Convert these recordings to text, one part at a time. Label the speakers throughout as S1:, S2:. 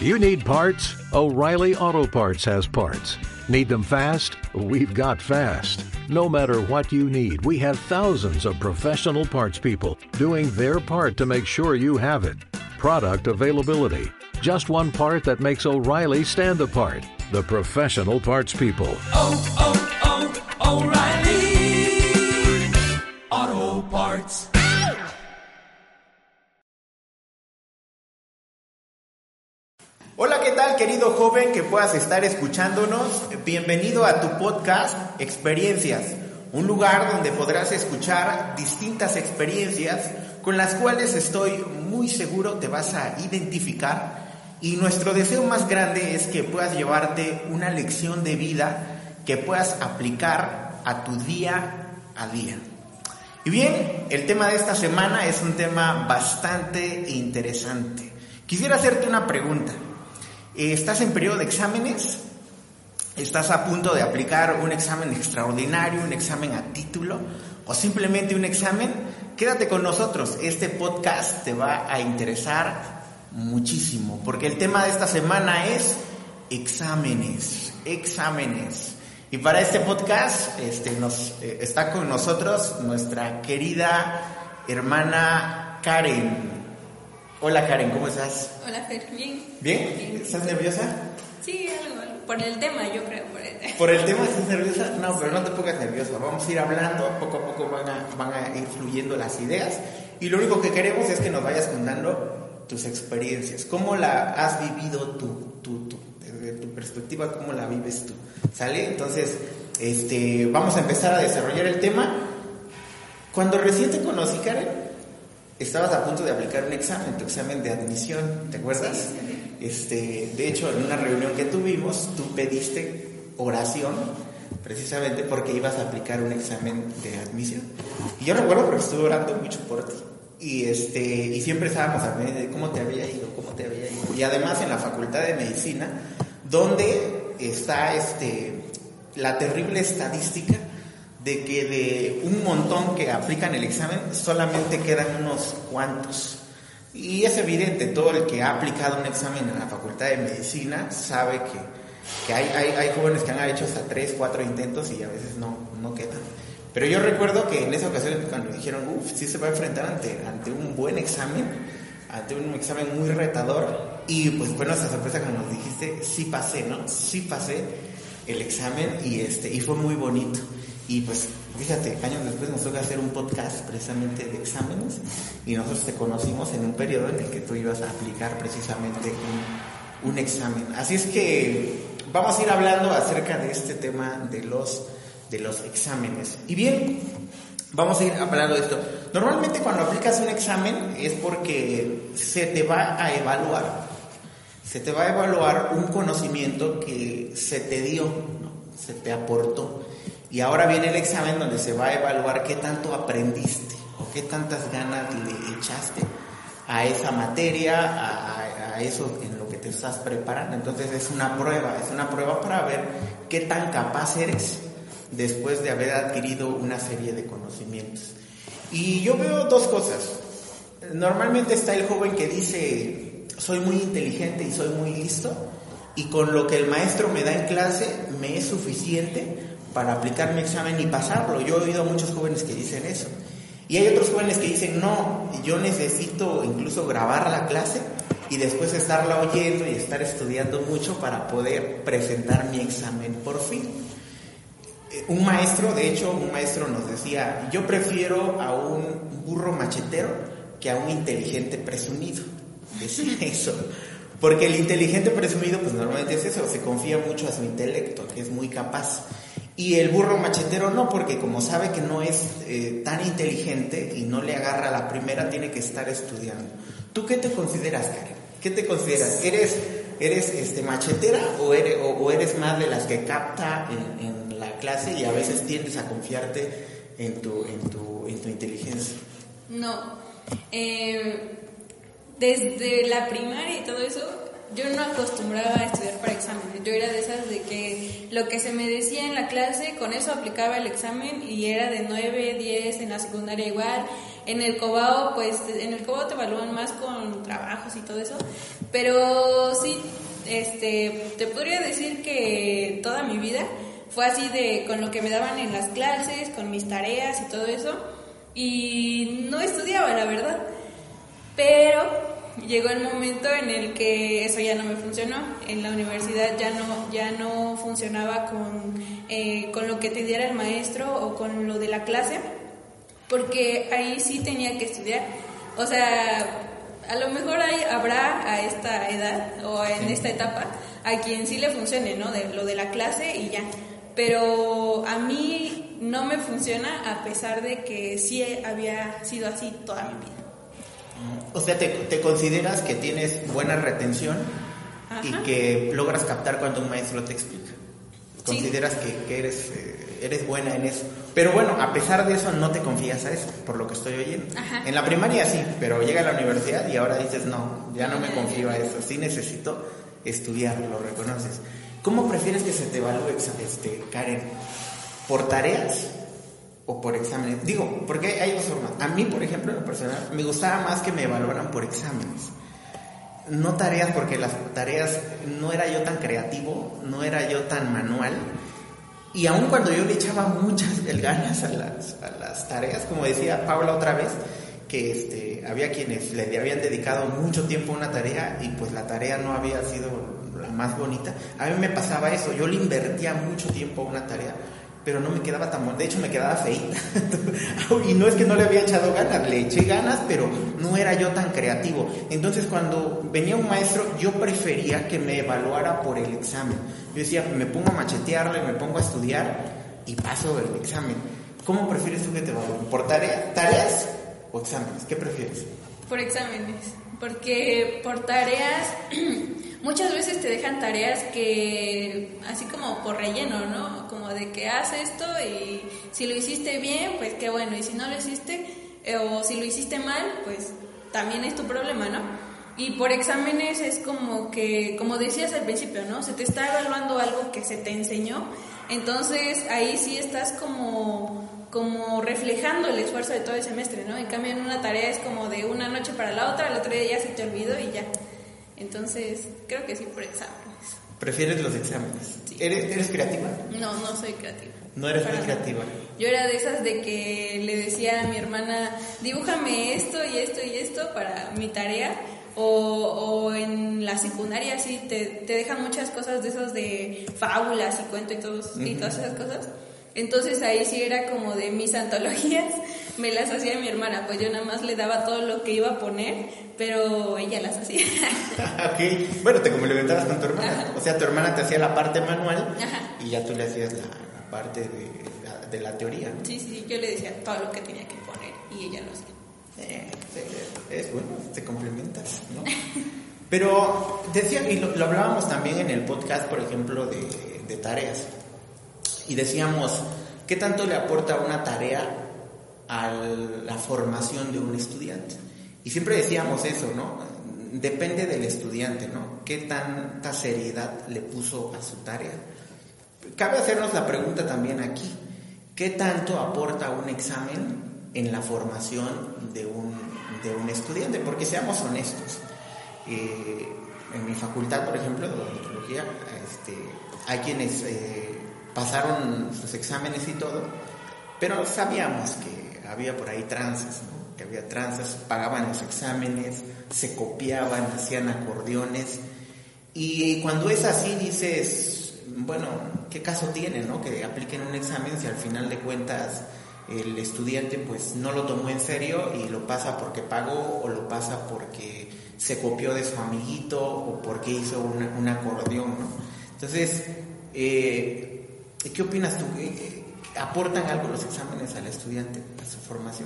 S1: You need parts? O'Reilly Auto Parts has parts. Need them fast? We've got fast. No matter what you need, we have thousands of professional parts people doing their part to make sure you have it. Product availability. Just one part that makes O'Reilly stand apart. The professional parts people.
S2: O'Reilly Auto Parts.
S3: Hola, ¿qué tal, querido joven que puedas estar escuchándonos? Bienvenido a tu podcast Experiencias, un lugar donde podrás escuchar distintas experiencias con las cuales estoy muy seguro te vas a identificar, y nuestro deseo más grande es que puedas llevarte una lección de vida que puedas aplicar a tu día a día. Y bien, el tema de esta semana es un tema bastante interesante. Quisiera hacerte una pregunta. ¿Estás en periodo de exámenes? ¿Estás a punto de aplicar un examen extraordinario, un examen a título o simplemente un examen? Quédate con nosotros, este podcast te va a interesar muchísimo porque el tema de esta semana es exámenes. Y para este podcast está con nosotros nuestra querida hermana Karen. Hola Karen, ¿cómo estás?
S4: Hola Fer, bien.
S3: ¿Bien? ¿Estás nerviosa?
S4: Sí, algo. Por el tema, yo creo.
S3: ¿Por el tema estás nerviosa? No, pero no te pongas nerviosa. Vamos a ir hablando, poco a poco van a ir fluyendo las ideas. Y lo único que queremos es que nos vayas contando tus experiencias. ¿Cómo la has vivido tú? Desde tu perspectiva, ¿cómo la vives tú? ¿Sale? Entonces, vamos a empezar a desarrollar el tema. Cuando recién te conocí, Karen, estabas a punto de aplicar un examen, tu examen de admisión, ¿te acuerdas? De hecho, en una reunión que tuvimos, tú pediste oración precisamente porque ibas a aplicar un examen de admisión. Y yo recuerdo porque estuve orando mucho por ti. Y siempre estábamos hablando de cómo te había ido. Y además en la Facultad de Medicina, donde está la terrible estadística de que de un montón que aplican el examen, solamente quedan unos cuantos. Y es evidente, todo el que ha aplicado un examen en la Facultad de Medicina sabe que hay jóvenes que han hecho hasta 3, 4 intentos y a veces no quedan. Pero yo recuerdo que en esa ocasión cuando me dijeron, sí se va a enfrentar ante un buen examen, ante un examen muy retador, y pues fue nuestra sorpresa cuando nos dijiste, sí pasé, ¿no? Sí pasé el examen y fue muy bonito. Y pues, fíjate, años después nos toca hacer un podcast precisamente de exámenes y nosotros te conocimos en un periodo en el que tú ibas a aplicar precisamente un examen. Así es que vamos a ir hablando acerca de este tema de los exámenes. Y bien, vamos a ir hablando de esto. Normalmente cuando aplicas un examen es porque se te va a evaluar. Se te va a evaluar un conocimiento que se te dio, ¿no? Se te aportó. Y ahora viene el examen donde se va a evaluar qué tanto aprendiste o qué tantas ganas le echaste a esa materia, a eso en lo que te estás preparando. Entonces es una prueba para ver qué tan capaz eres después de haber adquirido una serie de conocimientos. Y yo veo dos cosas. Normalmente está el joven que dice, soy muy inteligente y soy muy listo, y con lo que el maestro me da en clase me es suficiente para aplicar mi examen y pasarlo. Yo he oído a muchos jóvenes que dicen eso. Y hay otros jóvenes que dicen, no, yo necesito incluso grabar la clase y después estarla oyendo y estar estudiando mucho para poder presentar mi examen por fin. Un maestro nos decía, yo prefiero a un burro machetero que a un inteligente presumido. Decía eso. Porque el inteligente presumido, pues normalmente es eso, se confía mucho a su intelecto, que es muy capaz. Y el burro machetero no, porque como sabe que no es tan inteligente y no le agarra la primera, tiene que estar estudiando. ¿Tú qué te consideras, Karen? ¿Qué te consideras? ¿Eres machetera o eres más de las que capta en la clase y a veces tiendes a confiarte en tu inteligencia?
S4: No. Desde la primaria y todo eso, yo no acostumbraba a estudiar para exámenes. Yo era de esas de que lo que se me decía en la clase, con eso aplicaba el examen y era de 9, 10, en la secundaria igual. En el Cobao, pues en el Cobao te evalúan más con trabajos y todo eso. Pero sí, te podría decir que toda mi vida fue así de con lo que me daban en las clases, con mis tareas y todo eso. Y no estudiaba, la verdad. Pero llegó el momento en el que eso ya no me funcionó. En la universidad ya no funcionaba con lo que te diera el maestro o con lo de la clase, porque ahí sí tenía que estudiar. O sea, a lo mejor habrá a esta edad o en esta etapa a quien sí le funcione, ¿no? De lo de la clase y ya. Pero a mí no me funciona, a pesar de que sí había sido así toda mi vida.
S3: O sea, ¿te consideras que tienes buena retención? Ajá. Y que logras captar cuando un maestro te explica? ¿Consideras que eres buena en eso? Pero bueno, a pesar de eso no te confías a eso, por lo que estoy oyendo.
S4: Ajá.
S3: En la primaria sí, pero llega a la universidad y ahora dices, no, ya no me confío a eso, sí necesito estudiar, lo reconoces. ¿Cómo prefieres que se te evalúe, Karen? ¿Por tareas o por exámenes? Digo, porque hay dos formas. A mí, por ejemplo, en lo personal, me gustaba más que me evaluaran por exámenes. No tareas, porque las tareas no era yo tan creativo, no era yo tan manual. Y aun cuando yo le echaba muchas ganas a las tareas, como decía Paula otra vez, que había quienes le habían dedicado mucho tiempo a una tarea y pues la tarea no había sido la más bonita. A mí me pasaba eso, yo le invertía mucho tiempo a una tarea, pero no me quedaba tan buena, de hecho me quedaba feíta. Y no es que no le había echado ganas, le eché ganas, pero no era yo tan creativo. Entonces cuando venía un maestro, yo prefería que me evaluara por el examen. Yo decía, me pongo a machetearle, me pongo a estudiar y paso el examen. ¿Cómo prefieres tú que te evalúen? ¿Por tareas o exámenes? ¿Qué prefieres?
S4: Por exámenes, porque por tareas muchas veces te dejan tareas que así como por relleno, ¿no? Como de que haz esto y si lo hiciste bien, pues qué bueno, y si no lo hiciste o si lo hiciste mal, pues también es tu problema, ¿no? Y por exámenes es como que, como decías al principio, ¿no? Se te está evaluando algo que se te enseñó, entonces ahí sí estás como reflejando el esfuerzo de todo el semestre, ¿no? En cambio en una tarea es como de una noche para la otra, el otro día ya se te olvidó y ya. Entonces, creo que sí por exámenes.
S3: ¿Prefieres los exámenes?
S4: Sí.
S3: ¿Eres creativa?
S4: No soy creativa.
S3: No eres muy creativa.
S4: Yo era de esas de que le decía a mi hermana, dibújame esto y esto y esto para mi tarea. O en la secundaria sí te dejan muchas cosas de esas de fábulas y cuento y todas esas cosas. Entonces ahí sí era como de mis antologías, me las hacía mi hermana, pues yo nada más le daba todo lo que iba a poner, pero ella las hacía.
S3: Okay. Bueno, te complementabas con tu hermana. Ajá. O sea, tu hermana te hacía la parte manual.
S4: Ajá.
S3: Y ya tú le hacías la parte de la teoría, ¿no?
S4: Sí, yo le decía todo lo que tenía que poner y ella lo hacía.
S3: Es bueno, te complementas, ¿no? Pero decía, y lo hablábamos también en el podcast, por ejemplo, de tareas. Y decíamos, ¿qué tanto le aporta una tarea a la formación de un estudiante? Y siempre decíamos eso, ¿no? Depende del estudiante, ¿no? ¿Qué tanta seriedad le puso a su tarea? Cabe hacernos la pregunta también aquí, ¿qué tanto aporta un examen en la formación de un estudiante? Porque seamos honestos, en mi facultad, por ejemplo, de odontología, hay quienes pasaron sus exámenes y todo, pero sabíamos que había por ahí tranzas, ¿no? Que había tranzas, pagaban los exámenes, se copiaban, hacían acordeones, y cuando es así dices, bueno, ¿qué caso tiene, no? Que apliquen un examen si al final de cuentas el estudiante pues no lo tomó en serio y lo pasa porque pagó o lo pasa porque se copió de su amiguito o porque hizo un acordeón, ¿no? Entonces, ¿qué opinas tú? ¿Aportan algo los exámenes al estudiante, a su formación?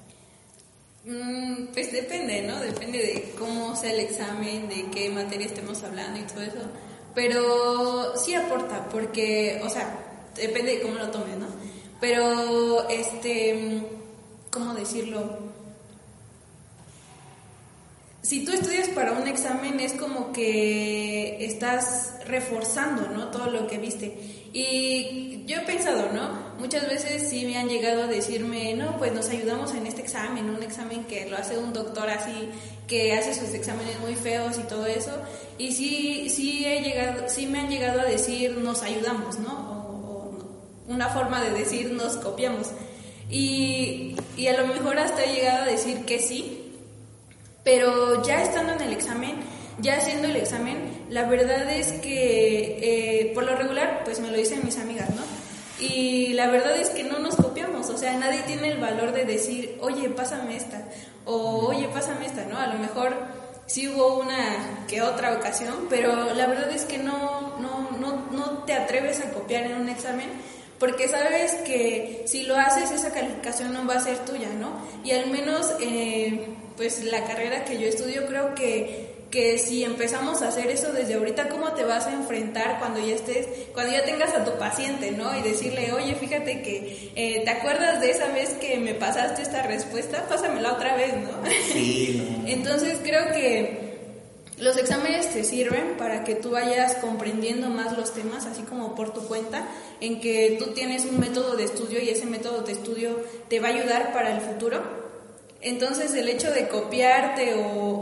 S4: Pues depende, ¿no? Depende de cómo sea el examen, de qué materia estemos hablando y todo eso. Pero sí aporta, porque, o sea, depende de cómo lo tomes, ¿no? Pero, ¿cómo decirlo? si tú estudias para un examen es como que estás reforzando, ¿no? Todo lo que viste. Y yo he pensado, ¿no? Muchas veces sí me han llegado a decirme, no, pues nos ayudamos en este examen, un examen que lo hace un doctor así, que hace sus exámenes muy feos y todo eso. Y sí me han llegado a decir, nos ayudamos, ¿no? O una forma de decir, nos copiamos. Y a lo mejor hasta he llegado a decir que sí. Pero ya estando en el examen, ya haciendo el examen, la verdad es que por lo regular, pues me lo dicen mis amigas, ¿no? Y la verdad es que no nos copiamos, o sea, nadie tiene el valor de decir, oye, pásame esta, o oye, pásame esta, ¿no? A lo mejor sí hubo una que otra ocasión, pero la verdad es que no te atreves a copiar en un examen, porque sabes que si lo haces, esa calificación no va a ser tuya, ¿no? Y al menos, pues la carrera que yo estudio, creo que si empezamos a hacer eso desde ahorita, ¿cómo te vas a enfrentar cuando ya tengas a tu paciente, ¿no? Y decirle, oye, fíjate que, ¿te acuerdas de esa vez que me pasaste esta respuesta? Pásamela otra vez, ¿no?
S3: Sí.
S4: Entonces creo que los exámenes te sirven para que tú vayas comprendiendo más los temas, así como por tu cuenta, en que tú tienes un método de estudio y ese método de estudio te va a ayudar para el futuro. Entonces el hecho de copiarte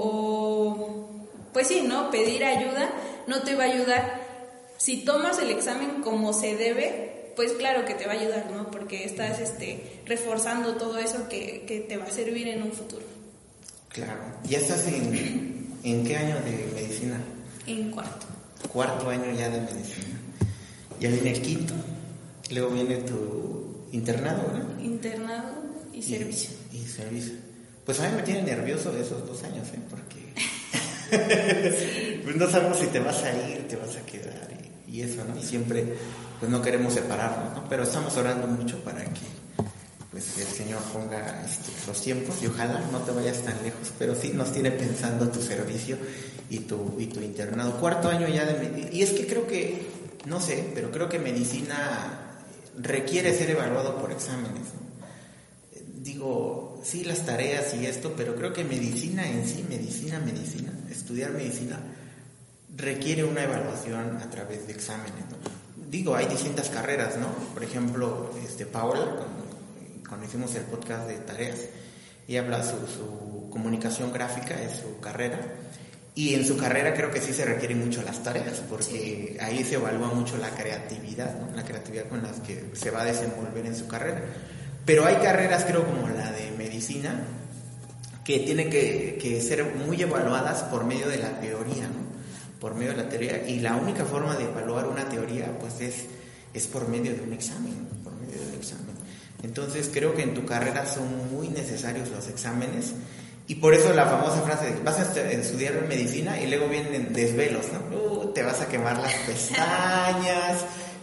S4: pues sí, ¿no? Pedir ayuda no te va a ayudar. Si tomas el examen como se debe, pues claro que te va a ayudar, ¿no? Porque estás reforzando todo eso que te va a servir en un futuro.
S3: Claro. ¿Ya estás en qué año de medicina?
S4: En cuarto.
S3: Cuarto año ya de medicina. Ya viene el quinto. Luego viene tu internado, ¿verdad?
S4: Internado y servicio.
S3: Y servicio. Pues a mí me tiene nervioso esos 2 años, porque pues no sabemos si te vas a ir, te vas a quedar y eso, ¿no? Y siempre pues no queremos separarnos, ¿no? Pero estamos orando mucho para que pues el Señor ponga los tiempos y ojalá no te vayas tan lejos, pero sí nos tiene pensando tu servicio y tu internado. Cuarto año ya y es que creo que, no sé, pero creo que medicina requiere ser evaluado por exámenes, ¿no? Digo, sí, las tareas y esto, pero creo que medicina en sí, medicina, estudiar medicina requiere una evaluación a través de exámenes, ¿no? Digo, hay distintas carreras, ¿no? Por ejemplo, Paola, cuando hicimos el podcast de tareas, ella habla su comunicación gráfica, es su carrera, y en su carrera creo que sí se requieren mucho las tareas, porque ahí se evalúa mucho la creatividad, ¿no? La creatividad con la que se va a desenvolver en su carrera. Pero hay carreras, creo, como la de medicina, que tienen que ser muy evaluadas por medio de la teoría, ¿no? Por medio de la teoría. Y la única forma de evaluar una teoría, pues, es por medio de un examen, por medio del examen. Entonces, creo que en tu carrera son muy necesarios los exámenes. Y por eso la famosa frase de, vas a estudiar medicina y luego vienen desvelos, ¿no? Te vas a quemar las pestañas,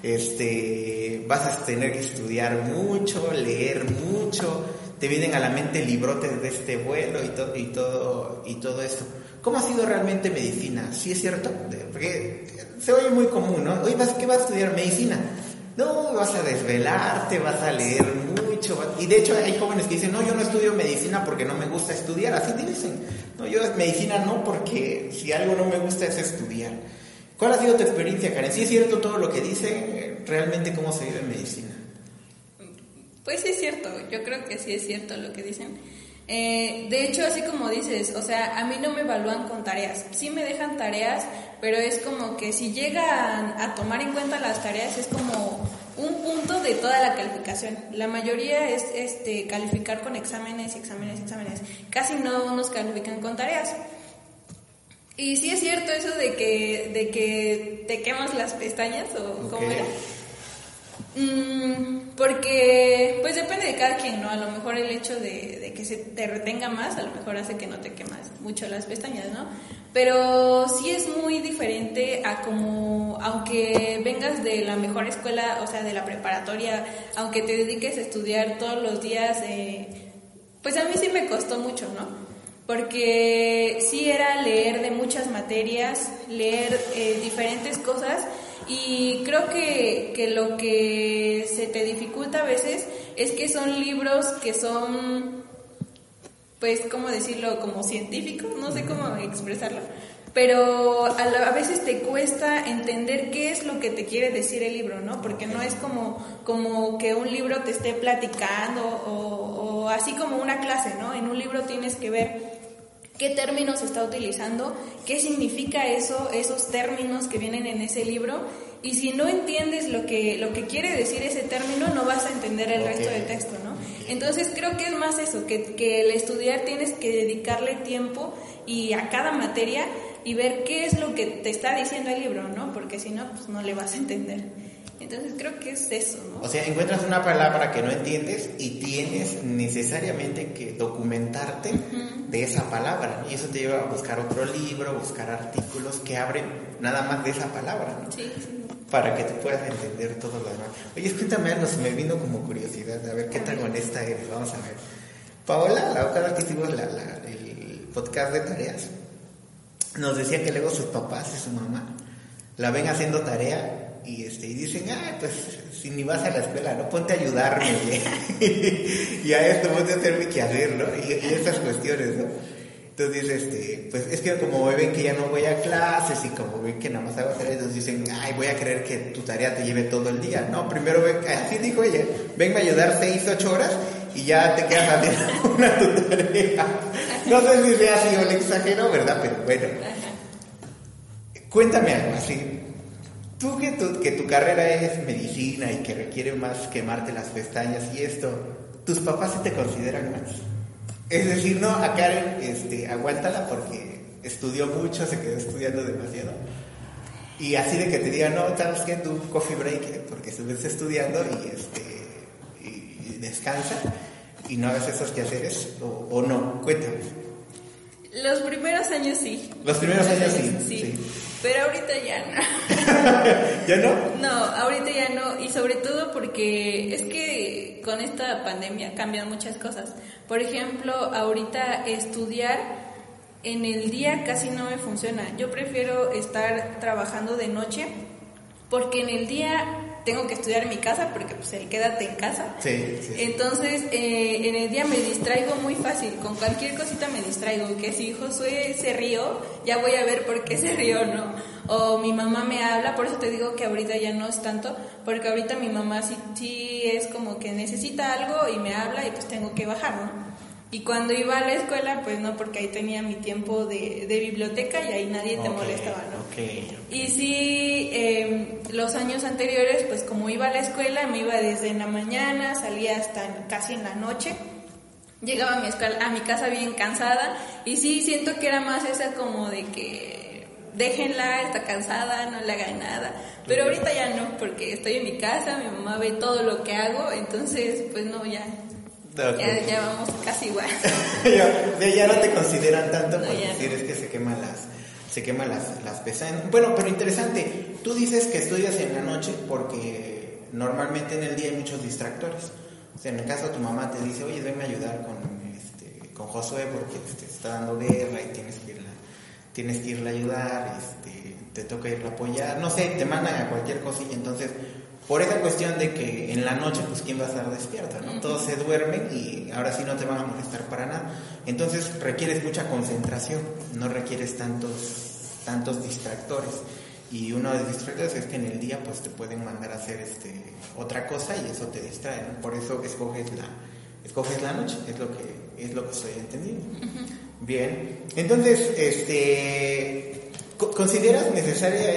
S3: vas a tener que estudiar mucho, leer mucho, te vienen a la mente librotes de este vuelo y todo esto. ¿Cómo ha sido realmente medicina? ¿Sí es cierto? Porque se oye muy común, ¿no? Oye, ¿qué vas a estudiar? Medicina. No, vas a desvelarte, vas a leer mucho. Y de hecho hay jóvenes que dicen, no, yo no estudio medicina porque no me gusta estudiar. Así te dicen. No, yo medicina no, porque si algo no me gusta es estudiar. ¿Cuál ha sido tu experiencia, Karen? ¿Sí es cierto todo lo que dicen? ¿Realmente cómo se vive en medicina?
S4: Pues sí es cierto, yo creo que sí es cierto lo que dicen. De hecho, así como dices, o sea, a mí no me evalúan con tareas. Sí me dejan tareas, pero es como que si llegan a tomar en cuenta las tareas es como un punto de toda la calificación. La mayoría es calificar con exámenes. Casi no nos califican con tareas. Y sí es cierto eso de que te quemas las pestañas, o ¿cómo era? Porque pues depende de cada quien, ¿no? A lo mejor el hecho de que se te retenga más, a lo mejor hace que no te quemas mucho las pestañas, ¿no? Pero sí es muy diferente a como, aunque vengas de la mejor escuela, o sea, de la preparatoria, aunque te dediques a estudiar todos los días, pues a mí sí me costó mucho, ¿no? Porque sí era leer de muchas materias, leer diferentes cosas, y creo que lo que se te dificulta a veces es que son libros que son pues, ¿cómo decirlo? Como científico, no sé cómo expresarlo. Pero a veces te cuesta entender qué es lo que te quiere decir el libro, ¿no? Porque no es como que un libro te esté platicando o así como una clase, ¿no? En un libro tienes que ver qué términos está utilizando, qué significa esos términos que vienen en ese libro, y si no entiendes lo que quiere decir ese término, no vas a entender el resto del texto, ¿no? Entonces creo que es más eso, que el estudiar tienes que dedicarle tiempo y a cada materia y ver qué es lo que te está diciendo el libro, ¿no? Porque si no, pues no le vas a entender. Entonces creo que es eso, ¿no?
S3: O sea, encuentras una palabra que no entiendes y tienes necesariamente que documentarte de esa palabra, ¿no? Y eso te lleva a buscar otro libro, buscar artículos que abren nada más de esa palabra, ¿no?
S4: Sí.
S3: Para que te puedas entender todo lo demás. Oye, cuéntame algo, se me vino como curiosidad, a ver qué tan honesta eres, vamos a ver. Paola, la otra vez que hicimos el podcast de tareas, nos decía que luego sus papás y su mamá la ven haciendo tarea y dicen, pues si ni vas a la escuela, ¿no? Ponte a ayudarme y a esto ponte a hacer mi quehacer, ¿no? Y estas cuestiones, ¿no? Entonces, pues es que como ven que ya no voy a clases y como ven que nada más hago tareas, entonces dicen, voy a creer que tu tarea te lleve todo el día, ¿no? Primero ven, así dijo ella, venme a ayudar 6-8 horas y ya te quedas haciendo una tu tarea. No sé si sea así o le exagero, ¿verdad? Pero bueno. Cuéntame algo así. Tú que tu carrera es medicina y que requiere más quemarte las pestañas y esto, ¿tus papás se te consideran más? Es decir, no, a Karen, aguántala porque estudió mucho, se quedó estudiando demasiado. Y así de que te digan, no, sabes que tu coffee break, porque estuviste estudiando y descansa y no hagas esos quehaceres, o no, cuéntame.
S4: Los primeros años sí.
S3: Los primeros años sí.
S4: Pero ahorita ya no.
S3: ¿Ya no?
S4: No, ahorita ya no. Y sobre todo porque es que con esta pandemia cambian muchas cosas. Por ejemplo, ahorita estudiar en el día casi no me funciona. Yo prefiero estar trabajando de noche porque en el día tengo que estudiar en mi casa porque pues el quédate en casa.
S3: Sí.
S4: Entonces, en el día me distraigo muy fácil, con cualquier cosita me distraigo, que si Josué se rió, ya voy a ver por qué se rió, ¿no? O mi mamá me habla, por eso te digo que ahorita ya no es tanto, porque ahorita mi mamá sí es como que necesita algo y me habla y pues tengo que bajar, ¿no? Y cuando iba a la escuela, pues no, porque ahí tenía mi tiempo de biblioteca y ahí nadie te molestaba, ¿no?
S3: Okay.
S4: Y sí, los años anteriores, pues como iba a la escuela, me iba desde en la mañana, salía hasta casi en la noche. Llegaba a mi casa bien cansada y sí, siento que era más esa como de que déjenla, está cansada, no le hagan nada. Pero ahorita ya no, porque estoy en mi casa, mi mamá ve todo lo que hago, entonces pues no, ya vamos casi igual.
S3: ya no te consideran tanto por
S4: no,
S3: decir es que se queman las pestañas. Bueno, pero interesante, tú dices que estudias en la noche porque normalmente en el día hay muchos distractores. O sea, en el caso tu mamá te dice, oye, venme a ayudar con Josué porque está dando guerra y tienes que irle a ayudar, te toca irle a apoyar, no sé, te mandan a cualquier cosilla, entonces por esa cuestión de que en la noche, pues, ¿quién va a estar despierto, no? Todos se duermen y ahora sí no te van a molestar para nada. Entonces requieres mucha concentración, no requieres tantos distractores. Y uno de los distractores es que en el día, pues, te pueden mandar a hacer otra cosa y eso te distrae, ¿no? Por eso escoges la noche, es lo que estoy entendiendo. Uh-huh. Bien. Entonces, ¿consideras necesaria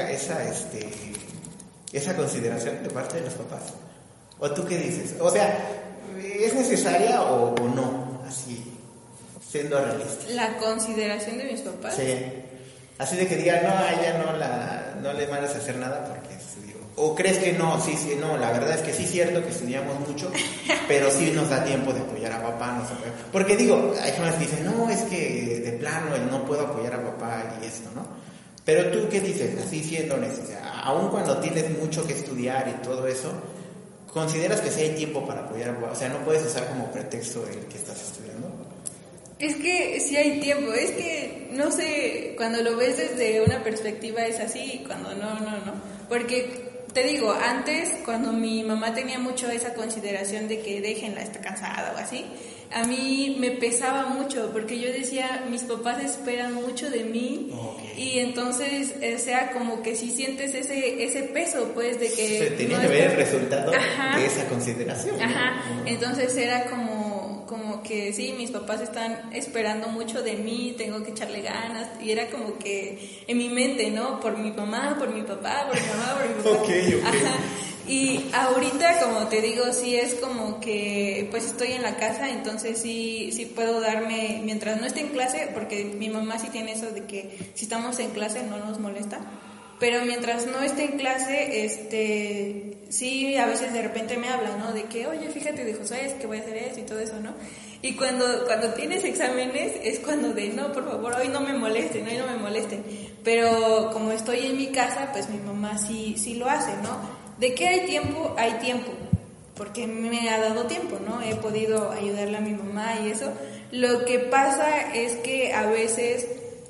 S3: esa consideración de parte de los papás? ¿O tú qué dices? O sea, ¿es necesaria o no? Así, siendo realista.
S4: ¿La consideración de mis papás?
S3: Sí. Así de que digan, no, a ella no le mandas a hacer nada porque estudió. ¿O crees que no? Sí, no, la verdad es que sí es cierto que estudiamos mucho, pero sí nos da tiempo de apoyar a papá. Porque digo, hay personas que dicen, no, es que de plano no puedo apoyar a papá y esto, ¿no? Pero tú, ¿qué dices? Así siendo honesto, o sea, aun cuando tienes mucho que estudiar y todo eso, ¿consideras que sí hay tiempo para apoyar a papá? O sea, no puedes usar como pretexto el que estás estudiando.
S4: Es que sí hay tiempo, es que, no sé, cuando lo ves desde una perspectiva es así, cuando no. Porque, te digo, antes, cuando mi mamá tenía mucho esa consideración de que déjenla, está cansada o así, a mí me pesaba mucho porque yo decía, mis papás esperan mucho de mí.
S3: Okay.
S4: Y entonces, o sea, como que si sientes ese peso, pues, de que...
S3: Se tenía que ver el resultado
S4: Ajá.
S3: de esa consideración.
S4: Ajá, entonces era como que sí, mis papás están esperando mucho de mí, tengo que echarle ganas, y era como que en mi mente, ¿no? Por mi mamá, por mi papá, por mi mamá, por mi papá.
S3: Okay.
S4: Ajá. Y ahorita, como te digo, sí es como que pues estoy en la casa, entonces sí puedo darme, mientras no esté en clase, porque mi mamá sí tiene eso de que si estamos en clase no nos molesta, pero mientras no esté en clase, sí, a veces de repente me habla, ¿no? De que, oye, fíjate de José, es que voy a hacer eso y todo eso, ¿no? Y cuando tienes exámenes es cuando de, no, por favor, hoy no me molesten. Pero como estoy en mi casa, pues mi mamá sí lo hace, ¿no? ¿De qué hay tiempo? Hay tiempo, porque me ha dado tiempo, ¿no? He podido ayudarle a mi mamá y eso. Lo que pasa es que a veces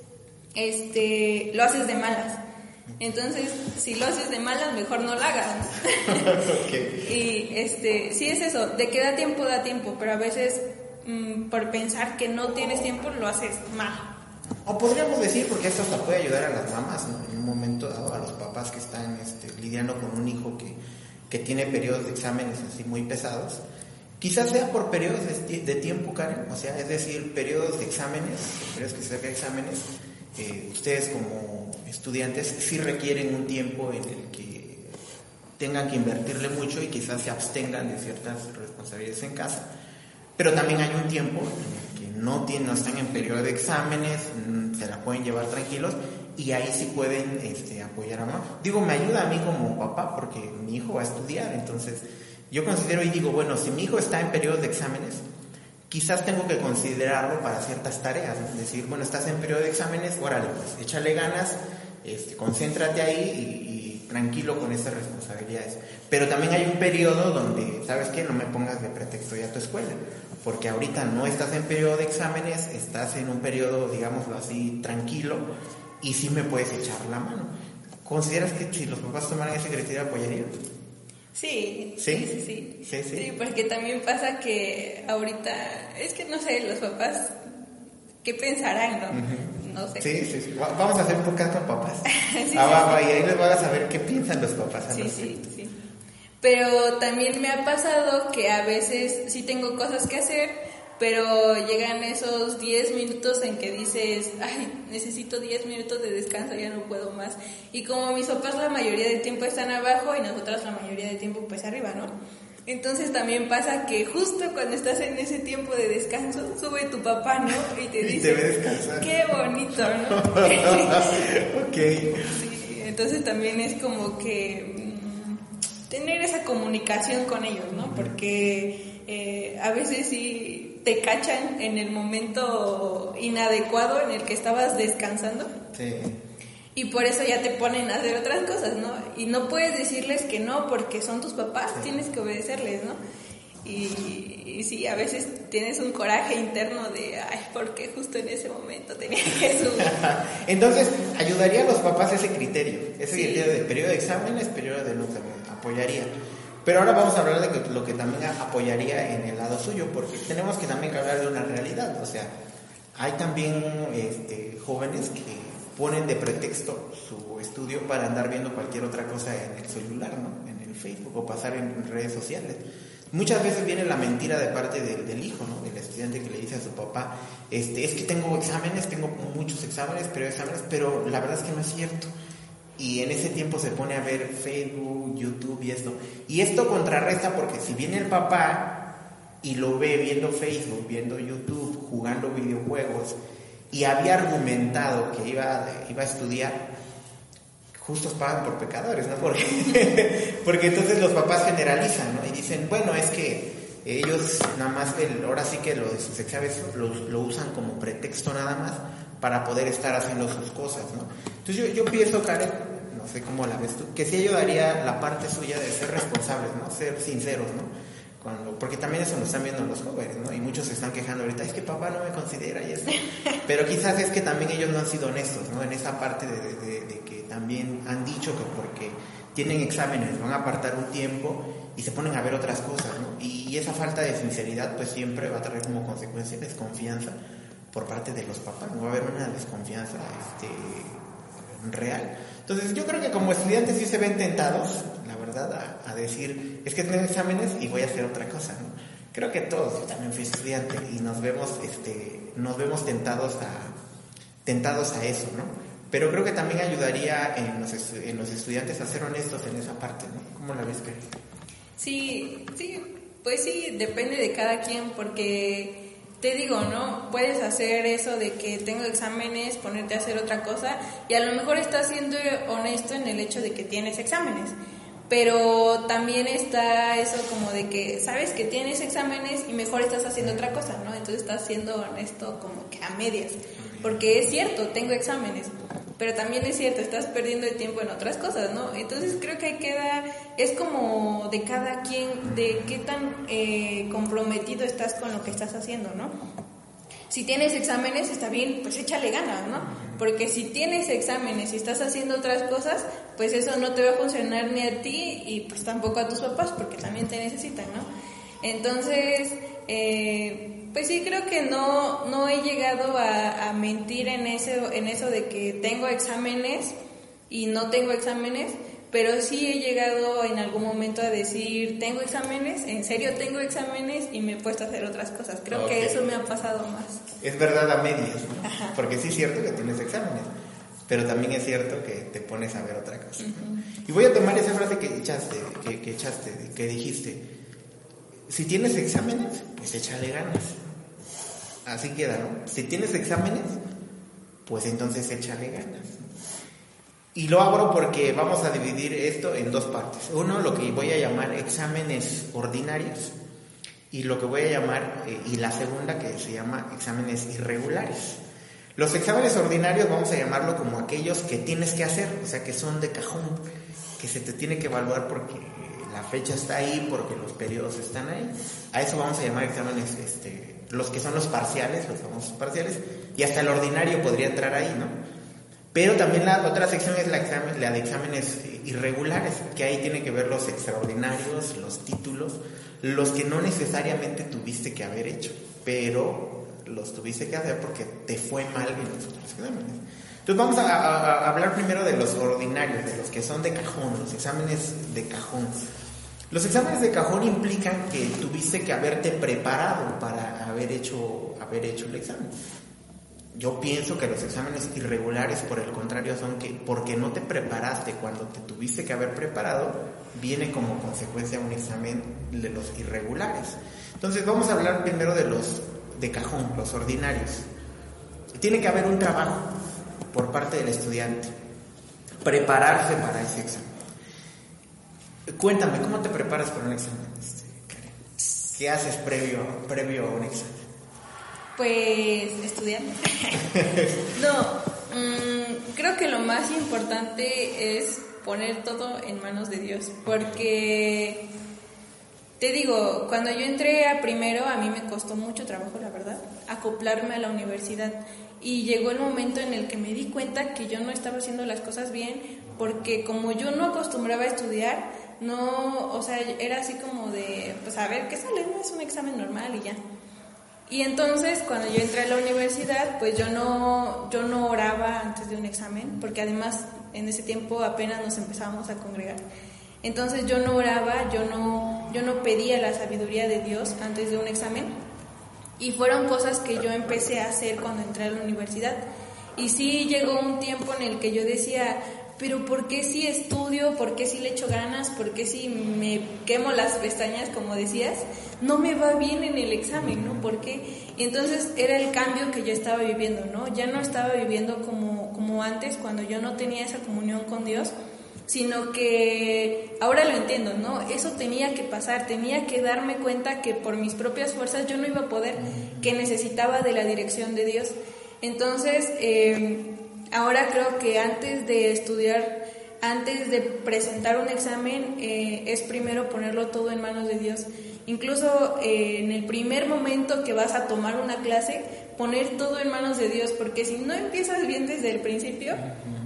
S4: lo haces de malas. Entonces, si lo haces de malas, mejor no lo hagas.
S3: Okay.
S4: Y sí es eso, de que da tiempo, pero a veces por pensar que no tienes tiempo lo haces mal.
S3: O podríamos decir, porque esto hasta puede ayudar a las mamás, ¿no? En un momento dado, a los papás que están lidiando con un hijo que tiene periodos de exámenes así muy pesados. Quizás sea por periodos de tiempo, Karen, o sea, es decir, periodos de exámenes, periodos que se sacan exámenes, ustedes como estudiantes sí requieren un tiempo en el que tengan que invertirle mucho y quizás se abstengan de ciertas responsabilidades en casa, pero también hay un tiempo en el que no están en periodo de exámenes, se la pueden llevar tranquilos y ahí sí pueden apoyar a mamá. Digo, me ayuda a mí como papá porque mi hijo va a estudiar, entonces yo considero y digo, bueno, si mi hijo está en periodo de exámenes, quizás tengo que considerarlo para ciertas tareas, ¿no? Es decir, bueno, estás en periodo de exámenes, órale, pues échale ganas, concéntrate ahí y tranquilo con esas responsabilidades. Pero también hay un periodo donde, ¿sabes qué? No me pongas de pretexto ya a tu escuela, porque ahorita no estás en periodo de exámenes, estás en un periodo, digámoslo así, tranquilo, y sí me puedes echar la mano. ¿Consideras que si los papás tomaran ese criterio apoyarían?
S4: Sí, porque también pasa que ahorita, es que no sé, los papás, ¿qué pensarán, no? Uh-huh. No sé.
S3: Sí. Vamos a hacer un podcast con papás. Y ahí les van a saber qué piensan los papás.
S4: Sí. Pero también me ha pasado que a veces sí tengo cosas que hacer, pero llegan esos 10 minutos en que dices, ay, necesito 10 minutos de descanso, ya no puedo más. Y como mis papás la mayoría del tiempo están abajo y nosotras la mayoría del tiempo pues arriba, ¿no? Entonces también pasa que justo cuando estás en ese tiempo de descanso, sube tu papá, ¿no? Y te dice,
S3: te ve descansar.
S4: Qué bonito, ¿no?
S3: Ok.
S4: Sí, entonces también es como que tener esa comunicación con ellos, ¿no? Porque a veces sí te cachan en el momento inadecuado en el que estabas descansando.
S3: Sí.
S4: Y por eso ya te ponen a hacer otras cosas, ¿no? Y no puedes decirles que no porque son tus papás, tienes que obedecerles, ¿no? Y sí, a veces tienes un coraje interno de, ay, ¿por qué justo en ese momento tenía que subir?
S3: Entonces, ayudaría a los papás ese criterio criterio de periodo de exámenes, periodo de no exámenes, apoyaría. Pero ahora vamos a hablar de lo que también apoyaría en el lado suyo, porque tenemos que también hablar de una realidad, o sea, hay también jóvenes que ponen de pretexto su estudio para andar viendo cualquier otra cosa en el celular, ¿no? En el Facebook o pasar en redes sociales. Muchas veces viene la mentira de parte del hijo, ¿no? Del estudiante que le dice a su papá, es que tengo exámenes, tengo muchos exámenes, pero la verdad es que no es cierto. Y en ese tiempo se pone a ver Facebook, YouTube y esto. Y esto contrarresta porque si viene el papá y lo ve viendo Facebook, viendo YouTube, jugando videojuegos, y había argumentado que iba a estudiar, justos pagan por pecadores, ¿no? Porque entonces los papás generalizan, ¿no? Y dicen, bueno, es que ellos nada más, ahora sí que lo de sus exámenes lo usan como pretexto nada más para poder estar haciendo sus cosas, ¿no? Entonces yo pienso, Karen, no sé cómo la ves tú, que sí ayudaría la parte suya de ser responsables, ¿no? Ser sinceros, ¿no? Porque también eso lo están viendo los jóvenes, ¿no? Y muchos se están quejando ahorita, es que papá no me considera y eso. Pero quizás es que también ellos no han sido honestos, ¿no? En esa parte de que también han dicho que porque tienen exámenes van a apartar un tiempo y se ponen a ver otras cosas, ¿no? Y esa falta de sinceridad pues siempre va a traer como consecuencia desconfianza por parte de los papás, no va a haber una desconfianza real. Entonces yo creo que como estudiantes sí se ven tentados, la verdad, a decir, es que tengo exámenes y voy a hacer otra cosa, ¿no? Creo que todos, yo también fui estudiante y nos vemos tentados a eso, ¿no? Pero creo que también ayudaría en los estudiantes a ser honestos en esa parte, ¿no? ¿Cómo la ves, Karen?
S4: Sí, pues sí, depende de cada quien, porque te digo, ¿no? Puedes hacer eso de que tengo exámenes, ponerte a hacer otra cosa, y a lo mejor estás siendo honesto en el hecho de que tienes exámenes, pero también está eso como de que sabes que tienes exámenes y mejor estás haciendo otra cosa, ¿no? Entonces estás siendo honesto como que a medias, porque es cierto, tengo exámenes, pero también es cierto, estás perdiendo el tiempo en otras cosas, ¿no? Entonces creo que es como de cada quien, de qué tan comprometido estás con lo que estás haciendo, ¿no? Si tienes exámenes, está bien, pues échale ganas, ¿no? Porque si tienes exámenes y estás haciendo otras cosas, pues eso no te va a funcionar ni a ti y pues tampoco a tus papás, porque también te necesitan, ¿no? Entonces, pues sí, creo que no he llegado a mentir en eso de que tengo exámenes y no tengo exámenes, pero sí he llegado en algún momento a decir, tengo exámenes, en serio tengo exámenes, y me he puesto a hacer otras cosas. Creo que eso me ha pasado más.
S3: Es verdad a medias, ¿no?
S4: Ajá.
S3: Porque sí es cierto que tienes exámenes, pero también es cierto que te pones a ver otra cosa, ¿no? Y voy a tomar esa frase que dijiste, si tienes exámenes, pues échale ganas. Así queda, ¿no? Si tienes exámenes, pues entonces échale ganas. Y lo abro porque vamos a dividir esto en dos partes. Uno, lo que voy a llamar exámenes ordinarios, y lo que voy a llamar, y la segunda que se llama exámenes irregulares. Los exámenes ordinarios vamos a llamarlo como aquellos que tienes que hacer, o sea, que son de cajón, que se te tiene que evaluar porque la fecha está ahí, porque los periodos están ahí. A eso vamos a llamar exámenes, los que son los parciales, los famosos parciales, y hasta el ordinario podría entrar ahí, ¿no? Pero también la otra sección es la de exámenes irregulares, que ahí tiene que ver los extraordinarios, los títulos, los que no necesariamente tuviste que haber hecho, pero los tuviste que hacer porque te fue mal en los otros exámenes. Entonces vamos a hablar primero de los ordinarios, de los que son de cajón, los exámenes de cajón. Los exámenes de cajón implican que tuviste que haberte preparado para haber hecho el examen. Yo pienso que los exámenes irregulares, por el contrario, son que porque no te preparaste cuando te tuviste que haber preparado, viene como consecuencia un examen de los irregulares. Entonces vamos a hablar primero de los de cajón, los ordinarios. Tiene que haber un trabajo por parte del estudiante, prepararse para ese examen. Cuéntame, ¿cómo te preparas para un examen? ¿Qué haces previo a un examen?
S4: Pues estudiar. Creo que lo más importante es poner todo en manos de Dios, porque te digo, cuando yo entré a primero, a mí me costó mucho trabajo, la verdad, acoplarme a la universidad, y llegó el momento en el que me di cuenta que yo no estaba haciendo las cosas bien, porque como yo no acostumbraba a estudiar, era así como de, pues a ver qué sale, no es un examen normal y ya. Y entonces cuando yo entré a la universidad, pues yo no oraba antes de un examen, porque además en ese tiempo apenas nos empezábamos a congregar. Entonces yo no oraba, yo no pedía la sabiduría de Dios antes de un examen, y fueron cosas que yo empecé a hacer cuando entré a la universidad. Y sí llegó un tiempo en el que yo decía, pero ¿por qué si estudio? ¿Por qué si le echo ganas? ¿Por qué si me quemo las pestañas, como decías? No me va bien en el examen, ¿no? ¿Por qué? Y entonces era el cambio que yo estaba viviendo, ¿no? Ya no estaba viviendo como antes, cuando yo no tenía esa comunión con Dios, sino que ahora lo entiendo, ¿no? Eso tenía que pasar, tenía que darme cuenta que por mis propias fuerzas yo no iba a poder, que necesitaba de la dirección de Dios. Entonces, ahora creo que antes de estudiar, antes de presentar un examen, es primero ponerlo todo en manos de Dios. Incluso en el primer momento que vas a tomar una clase, poner todo en manos de Dios, porque si no empiezas bien desde el principio,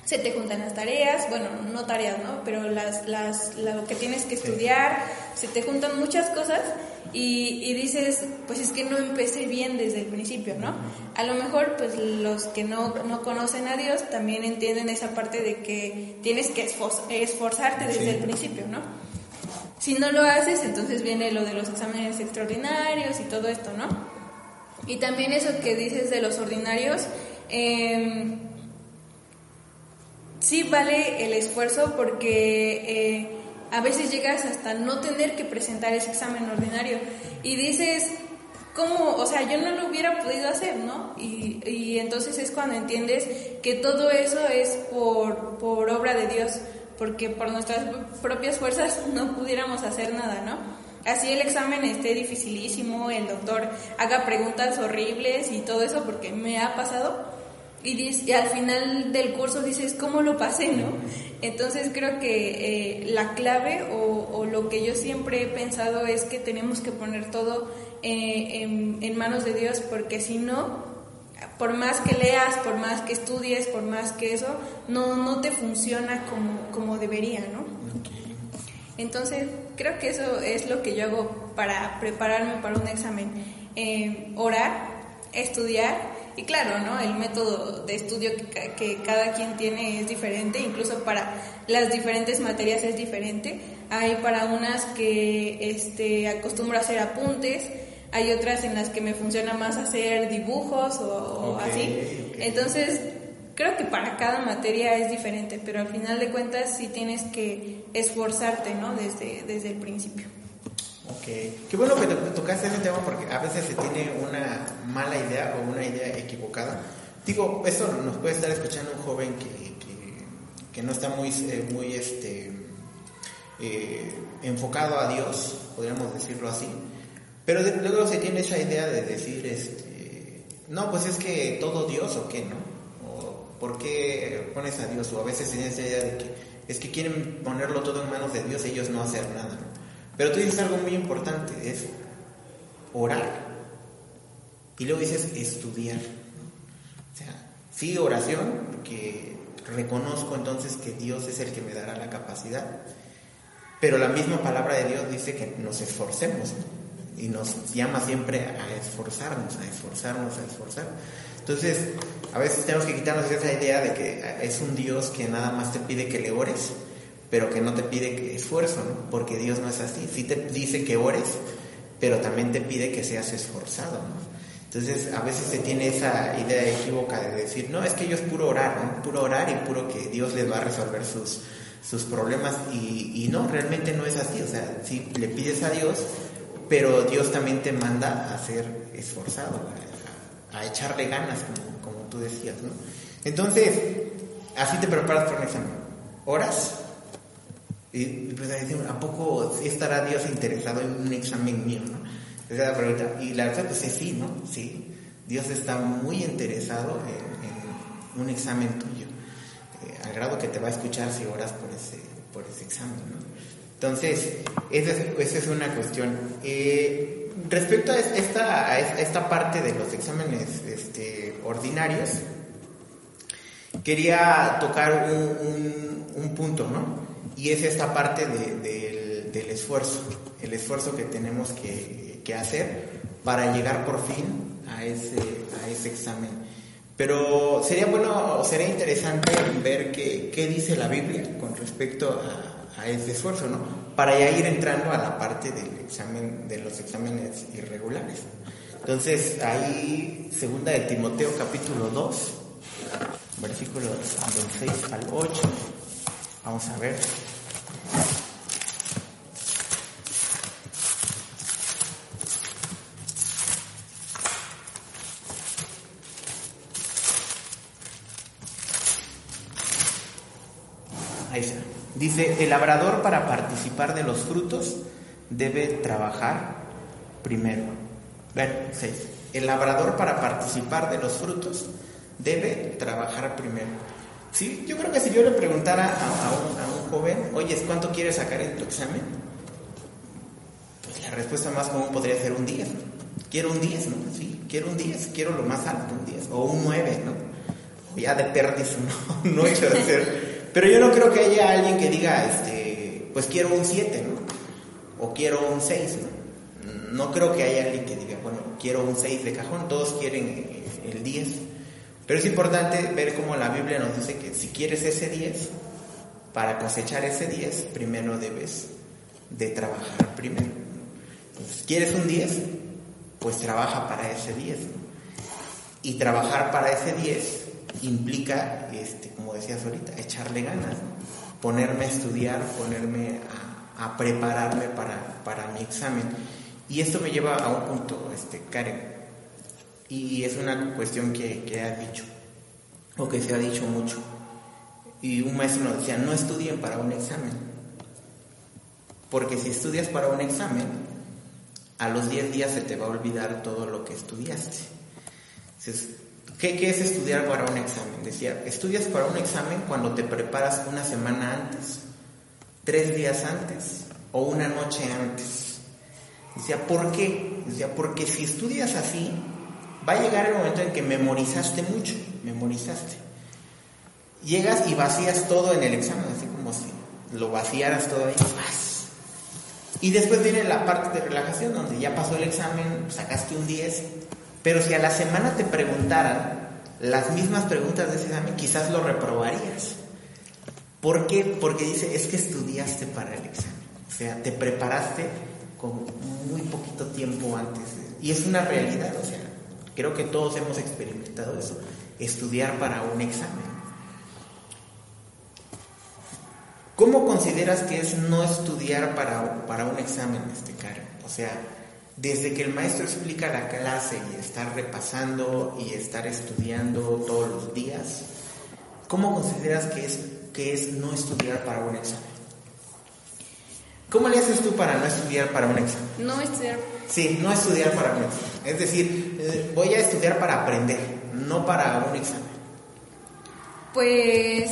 S4: se te juntan las tareas, bueno, no tareas, ¿no? Pero lo que tienes que estudiar, se te juntan muchas cosas y dices, pues es que no empecé bien desde el principio, ¿no? A lo mejor, pues los que no conocen a Dios también entienden esa parte de que tienes que esforzarte desde el principio, ¿no? Si no lo haces, entonces viene lo de los exámenes extraordinarios y todo esto, ¿no? Y también eso que dices de los ordinarios, sí vale el esfuerzo porque a veces llegas hasta no tener que presentar ese examen ordinario y dices, ¿cómo? O sea, yo no lo hubiera podido hacer, ¿no? Y entonces es cuando entiendes que todo eso es por obra de Dios, porque por nuestras propias fuerzas no pudiéramos hacer nada, ¿no? Así el examen esté dificilísimo, el doctor haga preguntas horribles y todo eso, porque me ha pasado. Y al final del curso dices, ¿cómo lo pasé, no? Entonces creo que la clave o lo que yo siempre he pensado es que tenemos que poner todo en manos de Dios, porque si no, por más que leas, por más que estudies, por más que eso, no te funciona como debería, ¿no? Entonces creo que eso es lo que yo hago para prepararme para un examen. Orar, estudiar. Y claro, ¿no? El método de estudio que cada quien tiene es diferente, incluso para las diferentes materias es diferente. Hay para unas que acostumbro a hacer apuntes, hay otras en las que me funciona más hacer dibujos o así. Entonces, creo que para cada materia es diferente, pero al final de cuentas sí tienes que esforzarte, ¿no? Desde el principio.
S3: Ok, qué bueno que tocaste ese tema porque a veces se tiene una mala idea o una idea equivocada. Digo, esto nos puede estar escuchando un joven que no está muy enfocado a Dios, podríamos decirlo así, pero luego se tiene esa idea de decir, no, pues es que todo Dios o qué, ¿no? O ¿por qué pones a Dios? O a veces se tiene esa idea de que es que quieren ponerlo todo en manos de Dios y ellos no hacer nada, ¿no? Pero tú dices algo muy importante, es orar. Y luego dices estudiar, ¿no? O sea, sí, oración, porque reconozco entonces que Dios es el que me dará la capacidad. Pero la misma palabra de Dios dice que nos esforcemos, ¿no? Y nos llama siempre a esforzarnos. Entonces, a veces tenemos que quitarnos esa idea de que es un Dios que nada más te pide que le ores, pero que no te pide esfuerzo, ¿no? Porque Dios no es así. Sí te dice que ores, pero también te pide que seas esforzado, ¿no? Entonces, a veces se tiene esa idea equívoca de decir, no, es que ellos puro orar, ¿no? Puro orar y puro que Dios les va a resolver sus problemas. Y no, realmente no es así. O sea, sí le pides a Dios, pero Dios también te manda a ser esforzado, a echarle ganas, como tú decías, ¿no? Entonces, así te preparas para un examen. ¿Oras? Y pues decimos, ¿a poco estará Dios interesado en un examen mío, no? Esa es la pregunta. Y la verdad, pues es sí, ¿no? Sí, Dios está muy interesado en un examen tuyo, al grado que te va a escuchar si oras por ese examen, ¿no? Entonces, esa es una cuestión. Respecto a esta parte de los exámenes ordinarios, quería tocar un punto, ¿no? Y es esta parte del esfuerzo, el esfuerzo que tenemos que hacer para llegar por fin a ese examen. Pero sería interesante ver qué dice la Biblia con respecto a ese esfuerzo, ¿no? Para ya ir entrando a la parte del examen, de los exámenes irregulares. Entonces, ahí, 2 de Timoteo capítulo 2, versículos del 6 al 8. Vamos a ver. Ahí está. Dice, el labrador para participar de los frutos debe trabajar primero. Bueno, 6. El labrador para participar de los frutos debe trabajar primero. Sí, yo creo que si yo le preguntara a un joven, oye, ¿cuánto quieres sacar en tu examen? Pues la respuesta más común podría ser un 10. Quiero un 10, ¿no? Sí, quiero un 10, quiero lo más alto, un 10, o un 9, ¿no? ya de perdiz no hecho de hacer. Pero yo no creo que haya alguien que diga, pues quiero un 7, ¿no? O quiero un 6, ¿no? No creo que haya alguien que diga, bueno, quiero un 6 de cajón, todos quieren el 10. Pero es importante ver cómo la Biblia nos dice que si quieres ese 10, para cosechar ese 10, primero debes de trabajar primero. Entonces, ¿quieres un 10? Pues trabaja para ese 10, ¿no? Y trabajar para ese 10 implica, como decías ahorita, echarle ganas, ¿no? Ponerme a estudiar, ponerme a prepararme para mi examen. Y esto me lleva a un punto, Karen, y es una cuestión que has dicho, o que se ha dicho mucho. Y un maestro nos decía, no estudien para un examen, porque si estudias para un examen, a los 10 días se te va a olvidar todo lo que estudiaste. Entonces, ¿qué es estudiar para un examen? Decía, estudias para un examen cuando te preparas una semana antes, 3 días antes o una noche antes. Decía, ¿por qué? Decía, porque si estudias así, va a llegar el momento en que memorizaste mucho, Llegas y vacías todo en el examen, así como si lo vaciaras todo ahí. Y después viene la parte de relajación, donde ya pasó el examen, sacaste un 10, pero si a la semana te preguntaran las mismas preguntas de ese examen, quizás lo reprobarías. ¿Por qué? Porque dice, es que estudiaste para el examen. O sea, te preparaste con muy poquito tiempo antes. Y es una realidad, o sea, creo que todos hemos experimentado eso, estudiar para un examen. ¿Cómo consideras que es no estudiar para un examen, Karen? O sea, desde que el maestro explica la clase y estar repasando y estar estudiando todos los días, ¿cómo consideras que es no estudiar para un examen? ¿Cómo le haces tú para no estudiar para un examen?
S4: No estudiar.
S3: Sí, no estudiar para un examen. Es decir, voy a estudiar para aprender, no para un examen.
S4: Pues,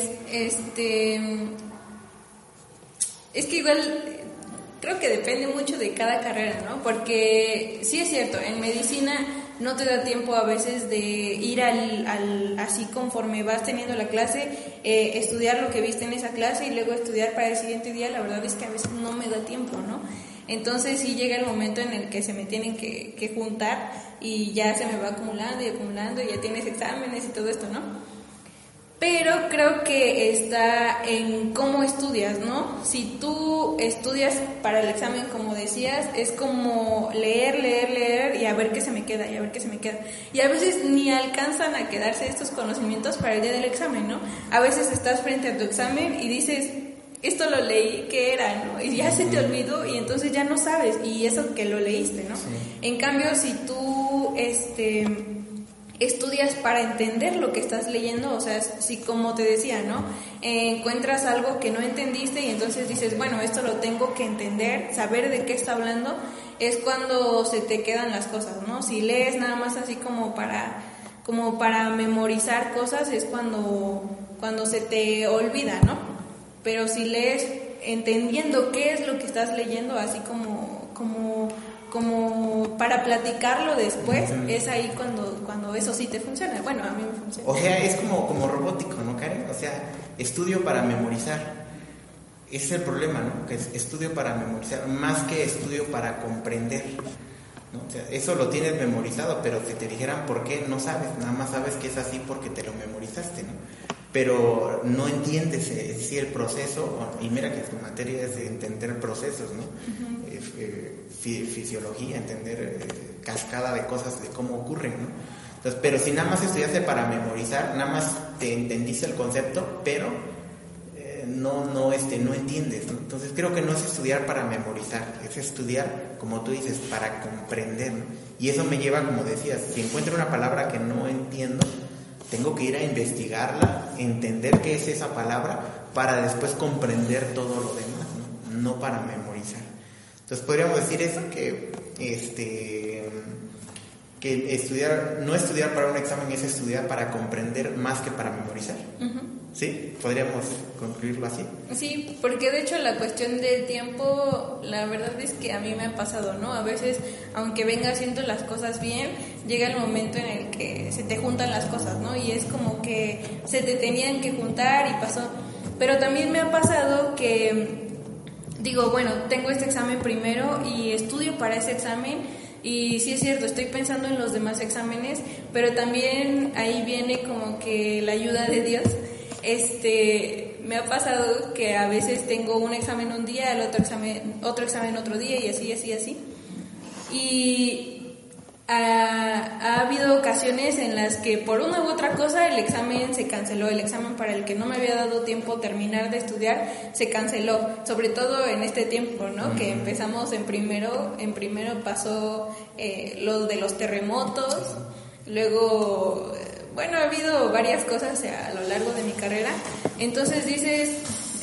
S4: es que igual creo que depende mucho de cada carrera, ¿no? Porque sí es cierto, en medicina no te da tiempo a veces de ir así conforme vas teniendo la clase, estudiar lo que viste en esa clase y luego estudiar para el siguiente día. La verdad es que a veces no me da tiempo, ¿no? Entonces sí llega el momento en el que se me tienen que juntar y ya se me va acumulando y ya tienes exámenes y todo esto, ¿no? Pero creo que está en cómo estudias, ¿no? Si tú estudias para el examen, como decías, es como leer y a ver qué se me queda, Y a veces ni alcanzan a quedarse estos conocimientos para el día del examen, ¿no? A veces estás frente a tu examen y dices, esto lo leí, ¿qué era, no? Y ya se te olvidó y entonces ya no sabes, y eso que lo leíste, ¿no? Sí. En cambio, si tú, estudias para entender lo que estás leyendo, o sea, si como te decía, ¿no? Encuentras algo que no entendiste y entonces dices, bueno, esto lo tengo que entender, saber de qué está hablando, es cuando se te quedan las cosas, ¿no? Si lees nada más así como para memorizar cosas, es cuando se te olvida, ¿no? Pero si lees entendiendo qué es lo que estás leyendo, así como para platicarlo después, es ahí cuando eso sí te funciona. Bueno, a mí me funciona.
S3: O sea, es como robótico, ¿no, Karen? O sea, estudio para memorizar. Ese es el problema, ¿no? Que es estudio para memorizar, más que estudio para comprender, ¿no? O sea, eso lo tienes memorizado, pero si te dijeran por qué, no sabes. Nada más sabes que es así porque te lo memorizaste, ¿no? Pero no entiendes el proceso, y mira que tu materia es de entender procesos, ¿no? Uh-huh. Fisiología, entender cascada de cosas, de cómo ocurren, ¿no? Entonces, pero si nada más estudiaste para memorizar, nada más te entendiste el concepto, pero no entiendes, ¿no? Entonces creo que no es estudiar para memorizar, es estudiar, como tú dices, para comprender, ¿no? Y eso me lleva, como decías, si encuentro una palabra que no entiendo, tengo que ir a investigarla, entender qué es esa palabra, para después comprender todo lo demás, ¿no? No para memorizar. Entonces podríamos decir eso, que que no estudiar para un examen es estudiar para comprender más que para memorizar. ¿Sí? ¿Podríamos concluirlo así?
S4: Sí, porque de hecho la cuestión del tiempo, la verdad es que a mí me ha pasado, ¿no? A veces, aunque venga haciendo las cosas bien, llega el momento en el que se te juntan las cosas, ¿no? Y es como que se te tenían que juntar y pasó. Pero también me ha pasado que digo, bueno, tengo este examen primero y estudio para ese examen. Y sí es cierto, estoy pensando en los demás exámenes, pero también ahí viene como que la ayuda de Dios. Me ha pasado que a veces tengo un examen un día, el otro examen otro día y así. Y ha habido ocasiones en las que por una u otra cosa el examen se canceló, el examen para el que no me había dado tiempo terminar de estudiar se canceló, sobre todo en este tiempo, ¿no? Que empezamos en primero pasó lo de los terremotos, luego, bueno, ha habido varias cosas a lo largo de mi carrera, entonces dices,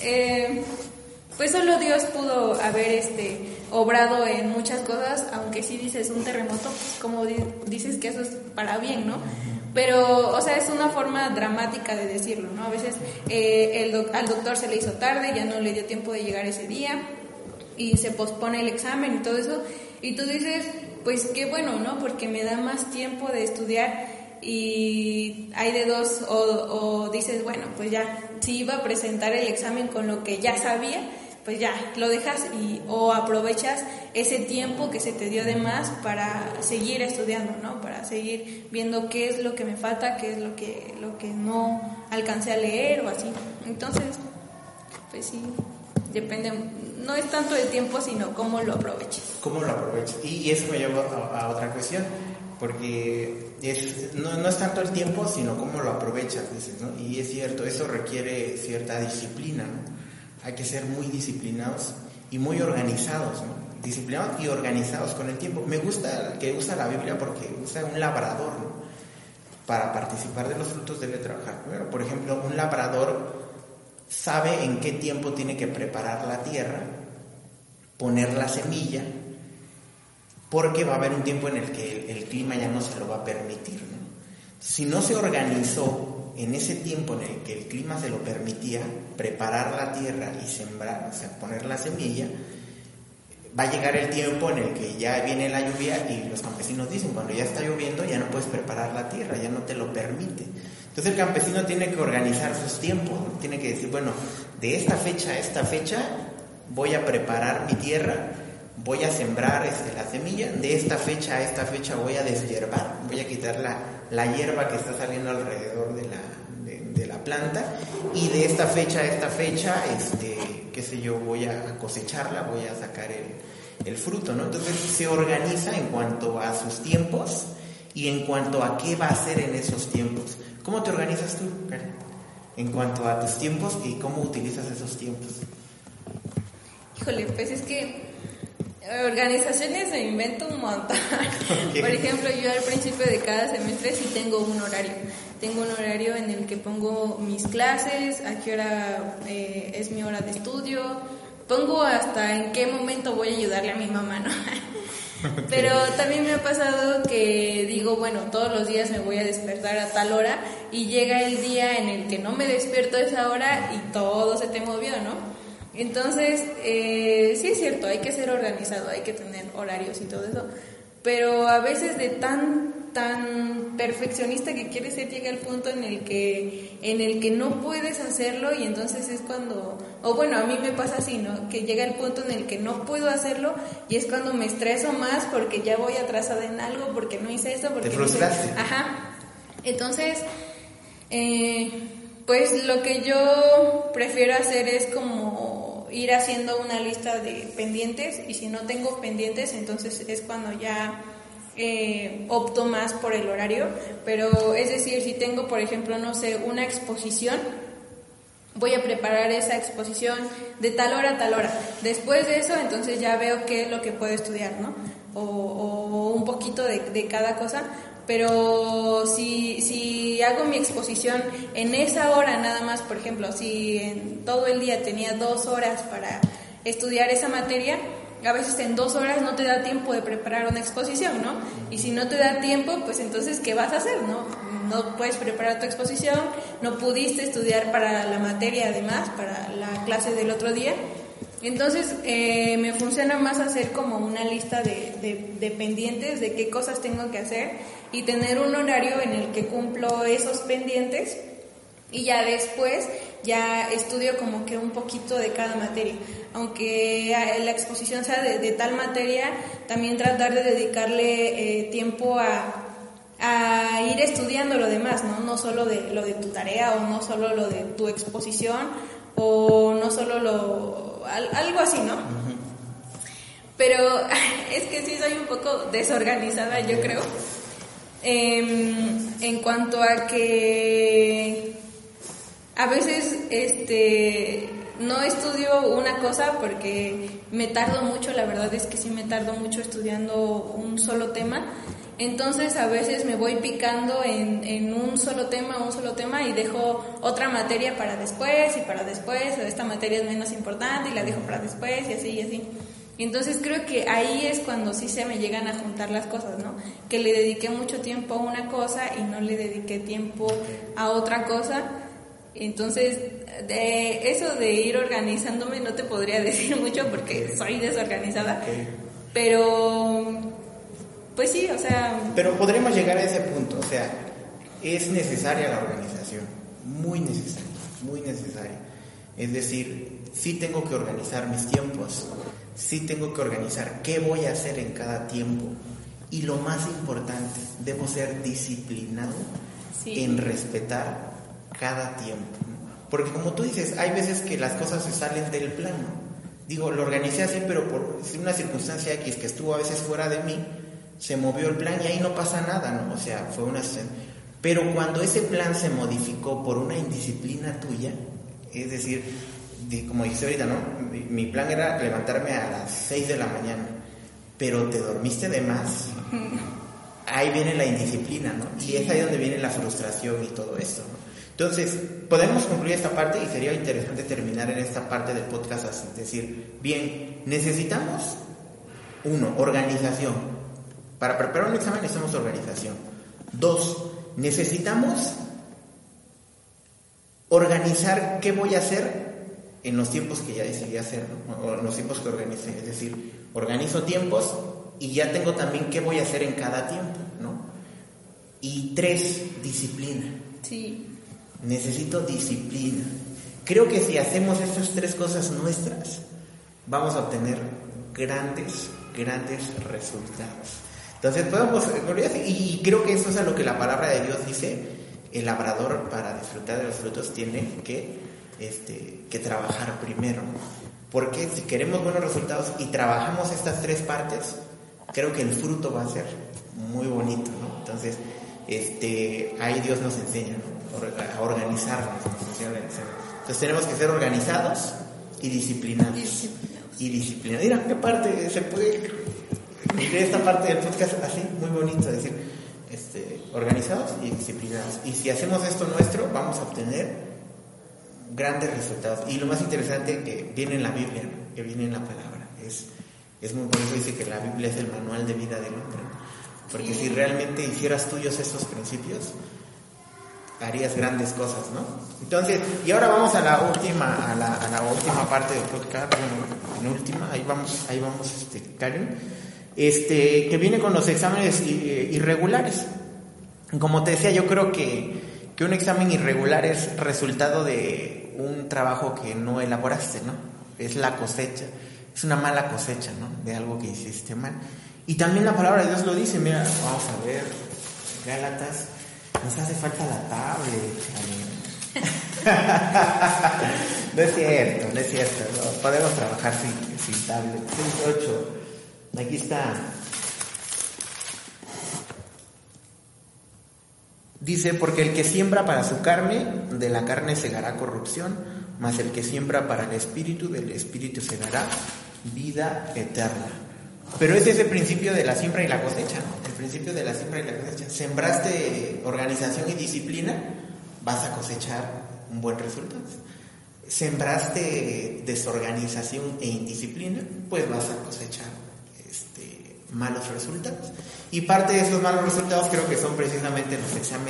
S4: pues solo Dios pudo haber obrado en muchas cosas, aunque sí dices un terremoto, pues como dices que eso es para bien, ¿no? Pero, o sea, es una forma dramática de decirlo, ¿no? A veces al doctor se le hizo tarde, ya no le dio tiempo de llegar ese día y se pospone el examen y todo eso, y tú dices, pues qué bueno, ¿no? Porque me da más tiempo de estudiar. Y hay de dos, o dices, bueno, pues ya, si iba a presentar el examen con lo que ya sabía, pues ya, lo dejas o aprovechas ese tiempo que se te dio de más para seguir estudiando, ¿no? Para seguir viendo qué es lo que me falta, qué es lo que no alcancé a leer o así. Entonces, pues sí, depende, no es tanto el tiempo, sino cómo lo aproveches.
S3: ¿Cómo lo aproveches? Y eso me lleva a otra cuestión, porque no es tanto el tiempo, sino cómo lo aprovechas, dices, ¿no? Y es cierto, eso requiere cierta disciplina, ¿no? Hay que ser muy disciplinados y muy organizados, ¿no? Disciplinados y organizados con el tiempo. Me gusta que usa la Biblia porque usa un labrador, ¿no? Para participar de los frutos debe trabajar. Primero, por ejemplo, un labrador sabe en qué tiempo tiene que preparar la tierra, poner la semilla, porque va a haber un tiempo en el que el clima ya no se lo va a permitir, ¿no? Si no se organizó en ese tiempo en el que el clima se lo permitía, preparar la tierra y sembrar, o sea, poner la semilla, va a llegar el tiempo en el que ya viene la lluvia y los campesinos dicen, cuando ya está lloviendo ya no puedes preparar la tierra, ya no te lo permite. Entonces el campesino tiene que organizar sus tiempos, ¿no? Tiene que decir, bueno, de esta fecha a esta fecha voy a preparar mi tierra, voy a sembrar la semilla, de esta fecha a esta fecha voy a deshiervar, voy a quitar la hierba que está saliendo alrededor de la planta, y de esta fecha a esta fecha, qué sé yo, voy a cosecharla, voy a sacar el fruto, ¿no? Entonces se organiza en cuanto a sus tiempos y en cuanto a qué va a hacer en esos tiempos. ¿Cómo te organizas tú, Karen? En cuanto a tus tiempos y cómo utilizas esos tiempos.
S4: Híjole, pues es que organizaciones se invento un montón. Okay. Por ejemplo, yo al principio de cada semestre sí tengo un horario. Tengo un horario en el que pongo mis clases, a qué hora es mi hora de estudio, pongo hasta en qué momento voy a ayudarle a mi mamá, ¿no? Okay. Pero también me ha pasado que digo, bueno, todos los días me voy a despertar a tal hora y llega el día en el que no me despierto a esa hora y todo se te movió, ¿no? Entonces, sí es cierto, hay que ser organizado, hay que tener horarios y todo eso, pero a veces de tan perfeccionista que quieres ser, llega el punto en el que no puedes hacerlo, y entonces es cuando, o bueno, a mí me pasa así, ¿no? Que llega el punto en el que no puedo hacerlo y es cuando me estreso más porque ya voy atrasada en algo, porque no hice esto, porque
S3: ¿te frustraste?
S4: Ajá. Entonces, pues lo que yo prefiero hacer es como ir haciendo una lista de pendientes, y si no tengo pendientes, entonces es cuando ya opto más por el horario. Pero es decir, si tengo, por ejemplo, no sé, una exposición, voy a preparar esa exposición de tal hora a tal hora. Después de eso, entonces ya veo qué es lo que puedo estudiar, ¿no? O un poquito de cada cosa. Pero si hago mi exposición en esa hora nada más, por ejemplo, si en todo el día tenía 2 horas para estudiar esa materia, a veces en 2 horas no te da tiempo de preparar una exposición, ¿no? Y si no te da tiempo, pues entonces, ¿qué vas a hacer, no? No puedes preparar tu exposición, no pudiste estudiar para la materia, además, para la clase del otro día. Entonces, me funciona más hacer como una lista de pendientes, de qué cosas tengo que hacer, y tener un horario en el que cumplo esos pendientes, y ya después ya estudio como que un poquito de cada materia. Aunque la exposición sea de tal materia, también tratar de dedicarle tiempo a ir estudiando lo demás, ¿no? No solo de lo de tu tarea, o no solo lo de tu exposición, o no solo algo así, ¿no? Pero es que sí soy un poco desorganizada, yo creo, en cuanto a que a veces no estudio una cosa porque me tardo mucho. La verdad es que sí me tardo mucho estudiando un solo tema. Entonces a veces me voy picando en un solo tema y dejo otra materia para después, o esta materia es menos importante y la dejo para después, y así. Y entonces creo que ahí es cuando sí se me llegan a juntar las cosas, ¿no? Que le dediqué mucho tiempo a una cosa y no le dediqué tiempo a otra cosa. Entonces, de eso de ir organizándome no te podría decir mucho porque soy desorganizada, pero pues sí, o sea...
S3: Pero podremos llegar a ese punto, o sea, es necesaria la organización, muy necesaria. Es decir, sí tengo que organizar mis tiempos, sí tengo que organizar qué voy a hacer en cada tiempo, y lo más importante, debo ser disciplinado en respetar cada tiempo, porque como tú dices, hay veces que las cosas se salen del plano. Digo, lo organicé así, pero por una circunstancia X que estuvo a veces fuera de mí, se movió el plan y ahí no pasa nada, ¿no? O sea, fue una... Pero cuando ese plan se modificó por una indisciplina tuya, es decir, como dijiste ahorita, ¿no? Mi plan era levantarme a las 6 de la mañana, pero te dormiste de más. Ahí viene la indisciplina, ¿no? Y es ahí donde viene la frustración y todo esto, ¿no? Entonces, podemos concluir esta parte, y sería interesante terminar en esta parte del podcast así, es decir, bien, necesitamos, 1, organización. Para preparar un examen necesitamos organización. 2, necesitamos organizar qué voy a hacer en los tiempos que ya decidí hacer, ¿no? O en los tiempos que organicé, es decir, organizo tiempos y ya tengo también qué voy a hacer en cada tiempo, ¿no? Y 3, disciplina.
S4: Sí.
S3: Necesito disciplina. Creo que si hacemos estas 3 cosas nuestras, vamos a obtener grandes resultados. Entonces podemos, y creo que eso es a lo que la palabra de Dios dice: el labrador, para disfrutar de los frutos, tiene que trabajar primero. Porque si queremos buenos resultados y trabajamos estas 3 partes, creo que el fruto va a ser muy bonito, ¿no? Entonces, ahí Dios nos enseña, ¿no? A organizarnos. Entonces tenemos que ser organizados y disciplinados. Mira, qué parte se puede de esta parte del podcast así, muy bonito, es decir, organizados y disciplinados. Y si hacemos esto nuestro, vamos a obtener grandes resultados. Y lo más interesante que viene en la Biblia, ¿no? Que viene en la palabra, es muy bonito. Dice que la Biblia es el manual de vida del hombre, ¿no? Porque si realmente hicieras tuyos estos principios, harías grandes cosas, ¿no? Entonces, y ahora vamos a la última parte del podcast, penúltima, ahí vamos, Karen, que viene con los exámenes irregulares. Como te decía, yo creo que un examen irregular es resultado de un trabajo que no elaboraste, ¿no? Es la cosecha, es una mala cosecha, ¿no? De algo que hiciste mal. Y también la palabra de Dios lo dice, mira, vamos a ver, Gálatas. Nos hace falta la tablet. No es cierto. No, podemos trabajar sin tablet. 8. Aquí está. Dice: porque el que siembra para su carne, de la carne segará corrupción, mas el que siembra para el espíritu, del espíritu segará vida eterna. Pero ese es el principio de la siembra y la cosecha, ¿no? El principio de la siembra y la cosecha. Sembraste organización y disciplina, vas a cosechar un buen resultado. sembraste desorganización e indisciplina, pues vas a cosechar malos resultados. Y parte de esos malos resultados creo que son precisamente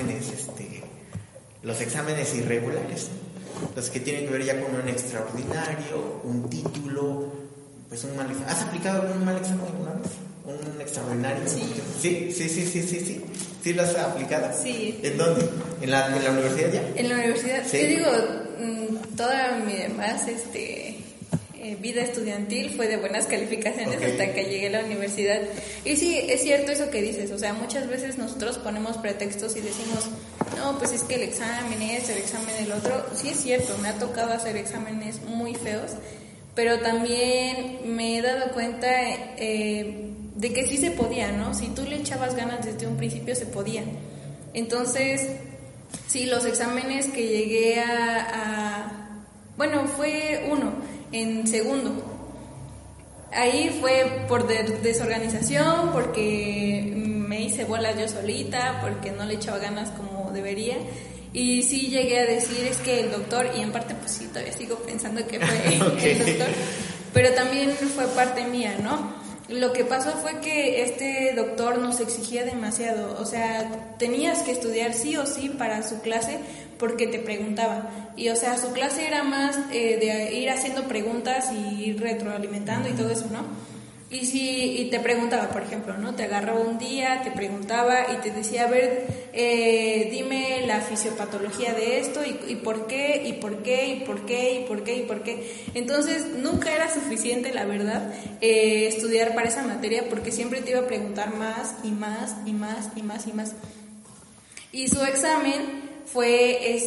S3: los exámenes irregulares, ¿no? Los que tienen que ver ya con un extraordinario, un título, pues un mal examen. ¿Has aplicado algún mal examen alguna vez? ¿Un extraordinario? Sí. ¿Sí lo has aplicado?
S4: Sí.
S3: ¿En dónde? ¿En la universidad ya?
S4: En la universidad.
S3: Sí.
S4: Yo digo, toda mi demás vida estudiantil fue de buenas calificaciones,
S3: okay,
S4: hasta que llegué a la universidad. Y sí, es cierto eso que dices, o sea, muchas veces nosotros ponemos pretextos y decimos, no, pues es que el examen es, el examen el otro. Sí es cierto, me ha tocado hacer exámenes muy feos, pero también me he dado cuenta de que sí se podía, ¿no? Si tú le echabas ganas desde un principio, se podía. Entonces, sí, los exámenes que llegué bueno, fue uno en segundo. Ahí fue por desorganización, porque me hice bolas yo solita, porque no le echaba ganas como debería. Y sí llegué a decir, es que el doctor, y en parte pues sí, todavía sigo pensando que fue okay, el doctor, pero también fue parte mía, ¿no? Lo que pasó fue que este doctor nos exigía demasiado, o sea, tenías que estudiar sí o sí para su clase porque te preguntaba. Y o sea, su clase era más de ir haciendo preguntas y ir retroalimentando y todo eso, ¿no? Y te preguntaba, por ejemplo, ¿no? Te agarraba un día, te preguntaba y te decía, a ver, dime la fisiopatología de esto y por qué, y por qué, y por qué, y por qué, y por qué. Entonces, nunca era suficiente, la verdad, estudiar para esa materia, porque siempre te iba a preguntar más y más y más y más y más. Y su examen fue,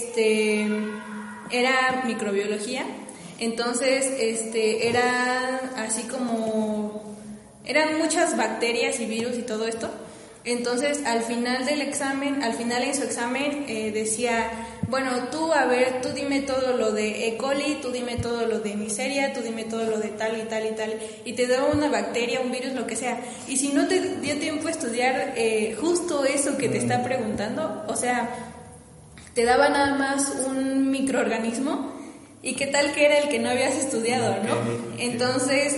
S4: era microbiología. Entonces, era así como, eran muchas bacterias y virus y todo esto. Entonces, al final en su examen, decía, bueno, tú dime todo lo de E. coli, tú dime todo lo de Neisseria, tú dime todo lo de tal y tal y tal, y te daba una bacteria, un virus, lo que sea. Y si no te dio tiempo a estudiar justo eso que te está preguntando, o sea, te daba nada más un microorganismo. ¿Y qué tal que era el que no habías estudiado, no? Entonces,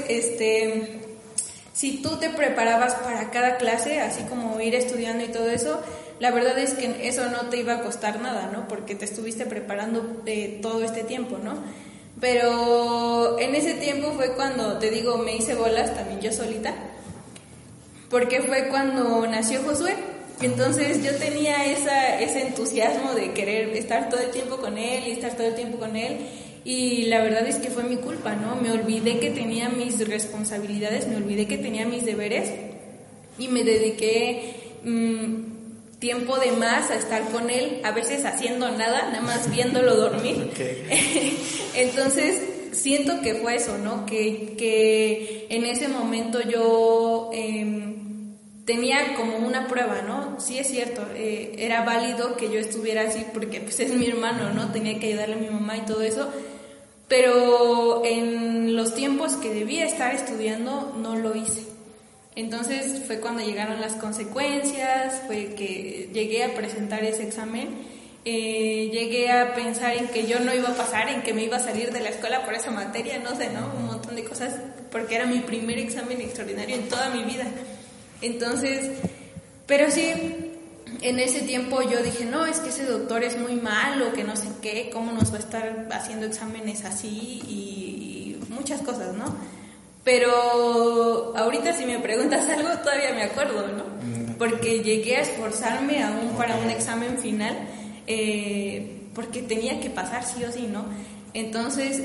S4: si tú te preparabas para cada clase, así como ir estudiando y todo eso, la verdad es que eso no te iba a costar nada, ¿no? Porque te estuviste preparando todo este tiempo, ¿no? Pero en ese tiempo fue cuando, te digo, me hice bolas también yo solita, porque fue cuando nació Josué. Entonces yo tenía ese entusiasmo de querer estar todo el tiempo con él y estar todo el tiempo con él. Y la verdad es que fue mi culpa, ¿no? Me olvidé que tenía mis responsabilidades, me olvidé que tenía mis deberes y me dediqué tiempo de más a estar con él, a veces haciendo nada más viéndolo dormir. Okay. Entonces siento que fue eso, ¿no? Que en ese momento yo tenía como una prueba, ¿no? Sí es cierto, era válido que yo estuviera así porque pues es mi hermano, ¿no? Tenía que ayudarle a mi mamá y todo eso, pero en los tiempos que debía estar estudiando no lo hice. Entonces fue cuando llegaron las consecuencias, fue que llegué a presentar ese examen, llegué a pensar en que yo no iba a pasar, en que me iba a salir de la escuela por esa materia, no sé, ¿no? Un montón de cosas, porque era mi primer examen extraordinario en toda mi vida. Entonces, pero sí, en ese tiempo yo dije, no, es que ese doctor es muy malo, que no sé qué, cómo nos va a estar haciendo exámenes así y muchas cosas, ¿no? Pero ahorita si me preguntas algo todavía me acuerdo, ¿no? Porque llegué a esforzarme aún para un examen final, porque tenía que pasar sí o sí, ¿no? Entonces,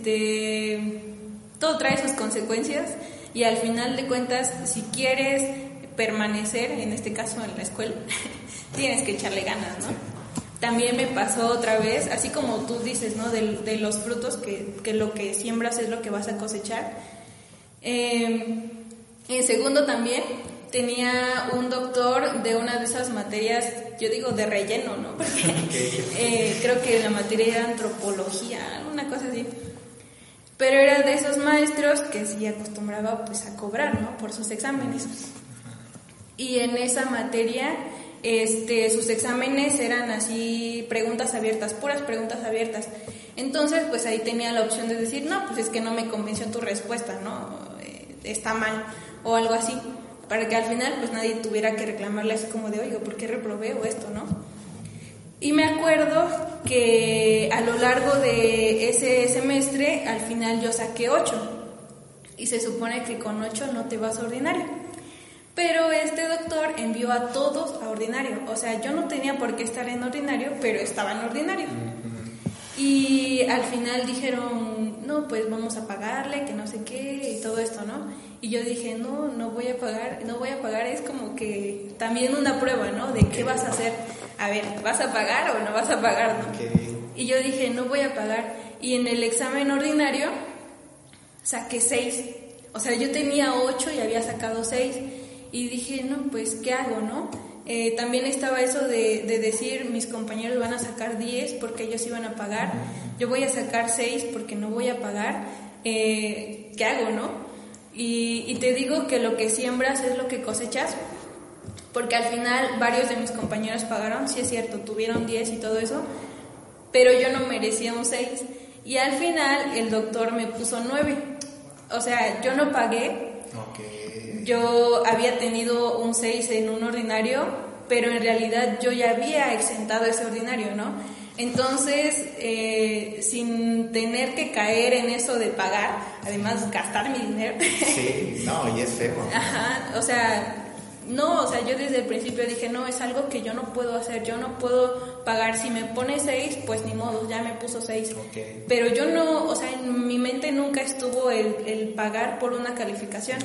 S4: todo trae sus consecuencias y al final de cuentas, si quieres permanecer, en este caso en la escuela, tienes que echarle ganas, ¿no? También me pasó otra vez, así como tú dices, ¿no? De los frutos, que lo que siembras es lo que vas a cosechar. En segundo también tenía un doctor de una de esas materias, yo digo de relleno, ¿no? Porque creo que la materia era antropología, una cosa así. Pero era de esos maestros que sí acostumbraba pues a cobrar, ¿no? Por sus exámenes. Y en esa materia sus exámenes eran así preguntas abiertas, puras preguntas abiertas. Entonces, pues ahí tenía la opción de decir, no, pues es que no me convenció tu respuesta, ¿no? Está mal, o algo así, para que al final pues nadie tuviera que reclamarle así como de, oiga, ¿por qué reprobé o esto, no? Y me acuerdo que a lo largo de ese semestre, al final yo saqué 8, y se supone que con 8 no te vas a ordinario. Pero este doctor envió a todos a ordinario. O sea, yo no tenía por qué estar en ordinario, pero estaba en ordinario. Y al final dijeron, no, pues vamos a pagarle, que no sé qué, y todo esto, ¿no? Y yo dije, no voy a pagar, es como que también una prueba, ¿no? De qué vas a hacer. A ver, ¿vas a pagar o no vas a pagar, no?
S3: Okay.
S4: Y yo dije, no voy a pagar. Y en el examen ordinario saqué 6. O sea, yo tenía 8 y había sacado 6. Y dije, no, pues, ¿qué hago, no? También estaba eso de decir, mis compañeros van a sacar 10 porque ellos iban a pagar. Yo voy a sacar 6 porque no voy a pagar. ¿Qué hago, no? Y te digo que lo que siembras es lo que cosechas. Porque al final varios de mis compañeros pagaron, sí es cierto, tuvieron 10 y todo eso. Pero yo no merecía un 6. Y al final el doctor me puso 9. O sea, yo no pagué.
S3: Okay.
S4: Yo había tenido un 6 en un ordinario, pero en realidad yo ya había exentado ese ordinario, ¿no? Entonces, sin tener que caer en eso de pagar, además gastar mi dinero.
S3: Sí, no, y es feo.
S4: Ajá, o sea, yo desde el principio dije, no, es algo que yo no puedo hacer, yo no puedo pagar. Si me pone 6, pues ni modo, ya me puso 6.
S3: Okay.
S4: Pero yo no, o sea, en mi mente nunca estuvo el pagar por una calificación.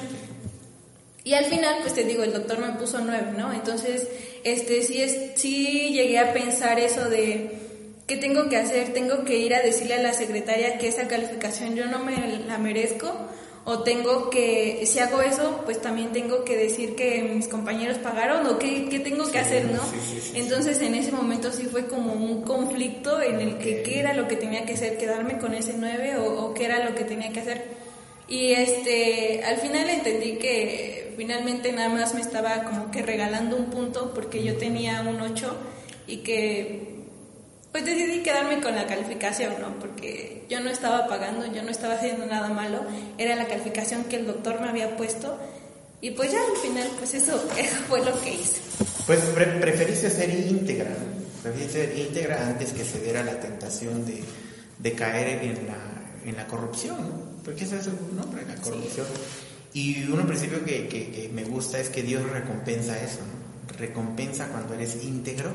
S4: Y al final, pues te digo, el doctor me puso 9, ¿no? Entonces, sí llegué a pensar eso de, ¿qué tengo que hacer? ¿Tengo que ir a decirle a la secretaria que esa calificación yo no me la merezco? O tengo que, si hago eso, pues también tengo que decir que mis compañeros pagaron, o qué tengo que hacer, ¿no?
S3: Sí.
S4: Entonces en ese momento sí fue como un conflicto en el que qué era lo que tenía que hacer, quedarme con ese 9 o qué era lo que tenía que hacer. Y al final entendí que finalmente nada más me estaba como que regalando un punto porque yo tenía un 8 y que pues decidí quedarme con la calificación, ¿no? Porque yo no estaba pagando, yo no estaba haciendo nada malo, era la calificación que el doctor me había puesto y pues ya al final pues eso fue lo que hice.
S3: Pues preferiste ser íntegra, ¿no? Preferiste ser íntegra antes que ceder a la tentación de caer en la corrupción, ¿no? Porque ese es el nombre, la corrupción. Sí. Y un principio que me gusta es que Dios recompensa eso, ¿no? Recompensa cuando eres íntegro.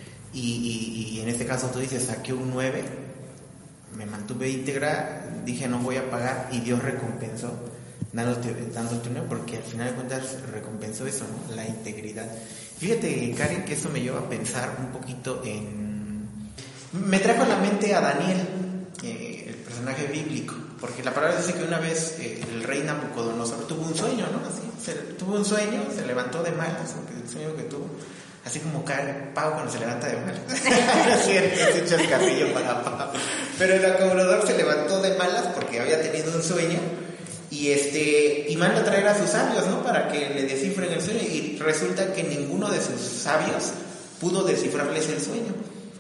S3: Y en este caso tú dices, saqué un 9, me mantuve íntegra, dije no voy a pagar y Dios recompensó dándote un 9 porque al final de cuentas recompensó eso, ¿no? La integridad. Fíjate, Karen, que eso me lleva a pensar un poquito me trajo a la mente a Daniel, el personaje bíblico, porque la palabra dice que una vez el rey Nabucodonosor tuvo un sueño, ¿no? Tuvo un sueño, se levantó de malas, el sueño que tuvo. Así como cae Pau cuando se levanta de malas. Es cierto, es un chascarrillo para Pau. Pero el acumulador se levantó de malas porque había tenido un sueño y manda a traer a sus sabios, ¿no? Para que le descifren el sueño. Y resulta que ninguno de sus sabios pudo descifrarles el sueño.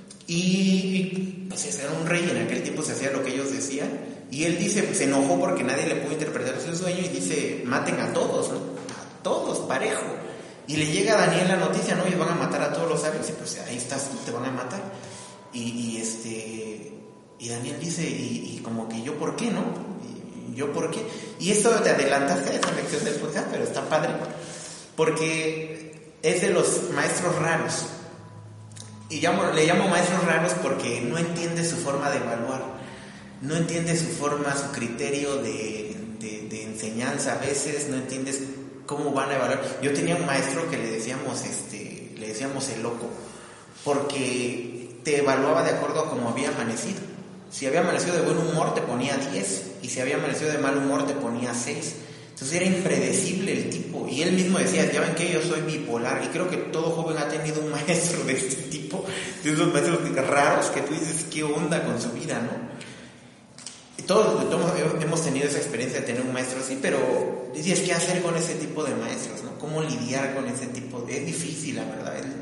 S3: Y pues era un rey, en aquel tiempo se hacía lo que ellos decían. Y él dice, pues, se enojó porque nadie le pudo interpretar su sueño y dice, maten a todos, ¿no? A todos, parejo. Y le llega a Daniel la noticia, ¿no? Y van a matar a todos los sabios. Y pues ahí estás, te van a matar. Y Daniel dice, y como que yo por qué, ¿no? Y yo por qué. Y esto te adelantaste a esa lección del podcast, pero está padre. Porque es de los maestros raros. Y le llamo maestros raros porque no entiende su forma de evaluar. No entiende su forma, su criterio de enseñanza. A veces no entiendes cómo van a evaluar. Yo tenía un maestro que le decíamos el loco, porque te evaluaba de acuerdo a cómo había amanecido. Si había amanecido de buen humor te ponía 10, y si había amanecido de mal humor te ponía 6. Entonces era impredecible el tipo, y él mismo decía, ya ven que yo soy bipolar, y creo que todo joven ha tenido un maestro de este tipo, de esos maestros raros que tú dices, ¿qué onda con su vida, no? Todos hemos tenido esa experiencia de tener un maestro así, pero dices, ¿qué hacer con ese tipo de maestros, no? ¿Cómo lidiar con ese tipo? Es difícil, la verdad.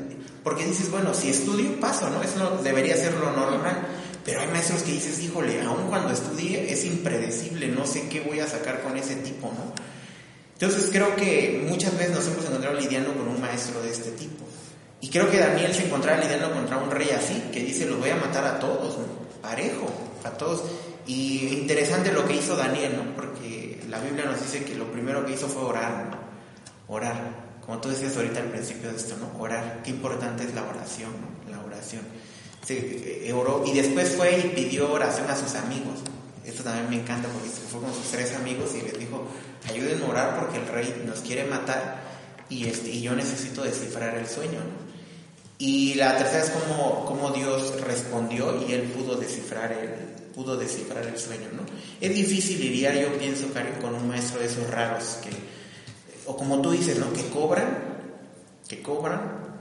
S3: Porque dices, bueno, si estudio, paso, ¿no? Eso no debería ser lo normal. Pero hay maestros que dices, híjole, aun cuando estudie es impredecible, no sé qué voy a sacar con ese tipo, ¿no? Entonces creo que muchas veces nos hemos encontrado lidiando con un maestro de este tipo. Y creo que Daniel se encontraba lidiando contra un rey así, que dice, los voy a matar a todos, ¿no? Parejo, a todos. Y interesante lo que hizo Daniel, ¿no? Porque la Biblia nos dice que lo primero que hizo fue orar, ¿no? Orar. Como tú decías ahorita al principio de esto, ¿no? Orar. Qué importante es la oración, ¿no? La oración. Oró y después fue y pidió oración a sus amigos. Esto también me encanta porque fue con sus 3 amigos y les dijo, ayúdenme a orar porque el rey nos quiere matar y yo necesito descifrar el sueño, ¿no? Y la tercera es cómo Dios respondió y él pudo descifrar el sueño, ¿no? Es difícil lidiar, yo pienso, Karen, con un maestro de esos raros o como tú dices, ¿no? Que cobran,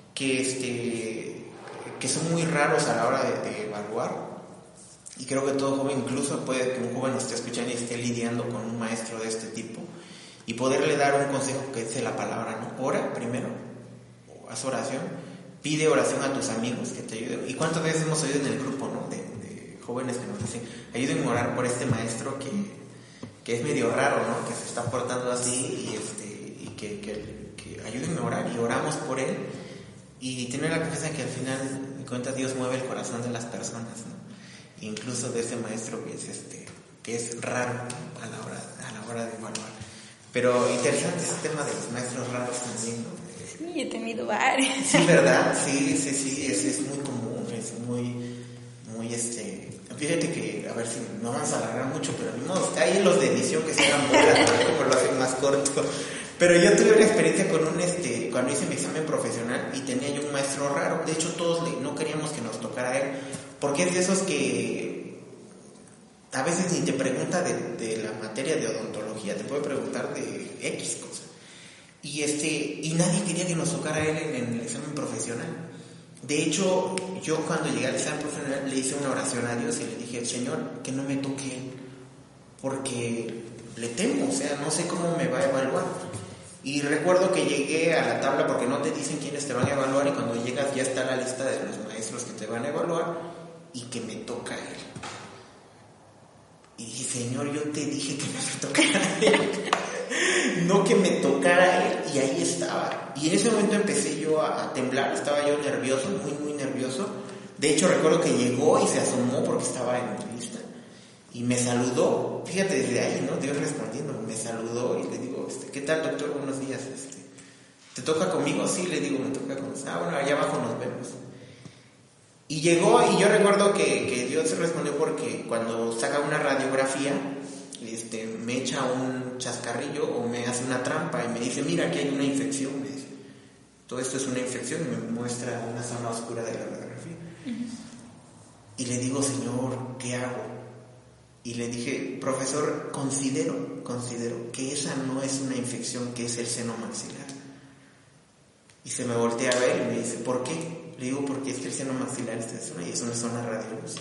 S3: que son muy raros a la hora de evaluar. Y creo que todo joven, incluso puede que un joven nos esté escuchando y esté lidiando con un maestro de este tipo y poderle dar un consejo que dice la palabra, ¿no? Ora primero, haz oración, pide oración a tus amigos que te ayuden. ¿Y cuántas veces hemos oído en el grupo, ¿no? de jóvenes que nos dicen, ayúdenme a orar por este maestro que es medio raro, ¿no? Que se está portando así y que ayúdenme a orar, y oramos por él y tener la confianza que al final de cuentas Dios mueve el corazón de las personas, ¿no? Incluso de ese maestro que es raro a la hora de evaluar. Pero interesante ese tema de los maestros raros también, ¿no?
S4: Sí, he tenido varios.
S3: Sí, ¿verdad? Sí, es muy común, es muy fíjate que, a ver si no vamos a alargar mucho, pero ni modo, está ahí los de edición que se hagan bolas, como lo hacen más corto. Pero yo tuve una experiencia con cuando hice mi examen profesional y tenía yo un maestro raro. De hecho, todos no queríamos que nos tocara él, porque es de esos que a veces ni te pregunta de la materia de odontología, te puede preguntar de X cosa. Y nadie quería que nos tocara él en el examen profesional. De hecho, yo cuando llegué al examen profesional le hice una oración a Dios y le dije, Señor, que no me toque él, porque le temo, o sea, no sé cómo me va a evaluar. Y recuerdo que llegué a la tabla, porque no te dicen quiénes te van a evaluar, y cuando llegas ya está la lista de los maestros que te van a evaluar, y que me toca él. Y dije, Señor, yo te dije que no me tocara él, no que me tocara él, y ahí estaba. Y en ese momento empecé yo a temblar, estaba yo nervioso, muy, muy nervioso. De hecho, recuerdo que llegó y se asomó porque estaba en mi lista, y me saludó. Fíjate, desde ahí, ¿no? Dios respondiendo, me saludó y le digo, ¿qué tal, doctor? Buenos días. ¿Te toca conmigo? Sí, le digo, me toca conmigo. Bueno, allá abajo nos vemos. Y llegó, y yo recuerdo que Dios se respondió porque cuando saca una radiografía, me echa un chascarrillo o me hace una trampa y me dice, mira, aquí hay una infección. Me dice, todo esto es una infección, y me muestra una zona oscura de la radiografía. Uh-huh. Y le digo, Señor, ¿qué hago? Y le dije, profesor, considero que esa no es una infección, que es el seno maxilar. Y se me voltea a ver y me dice, ¿por qué? Le digo, porque es que el seno maxilar está en zona y es una zona radiosa.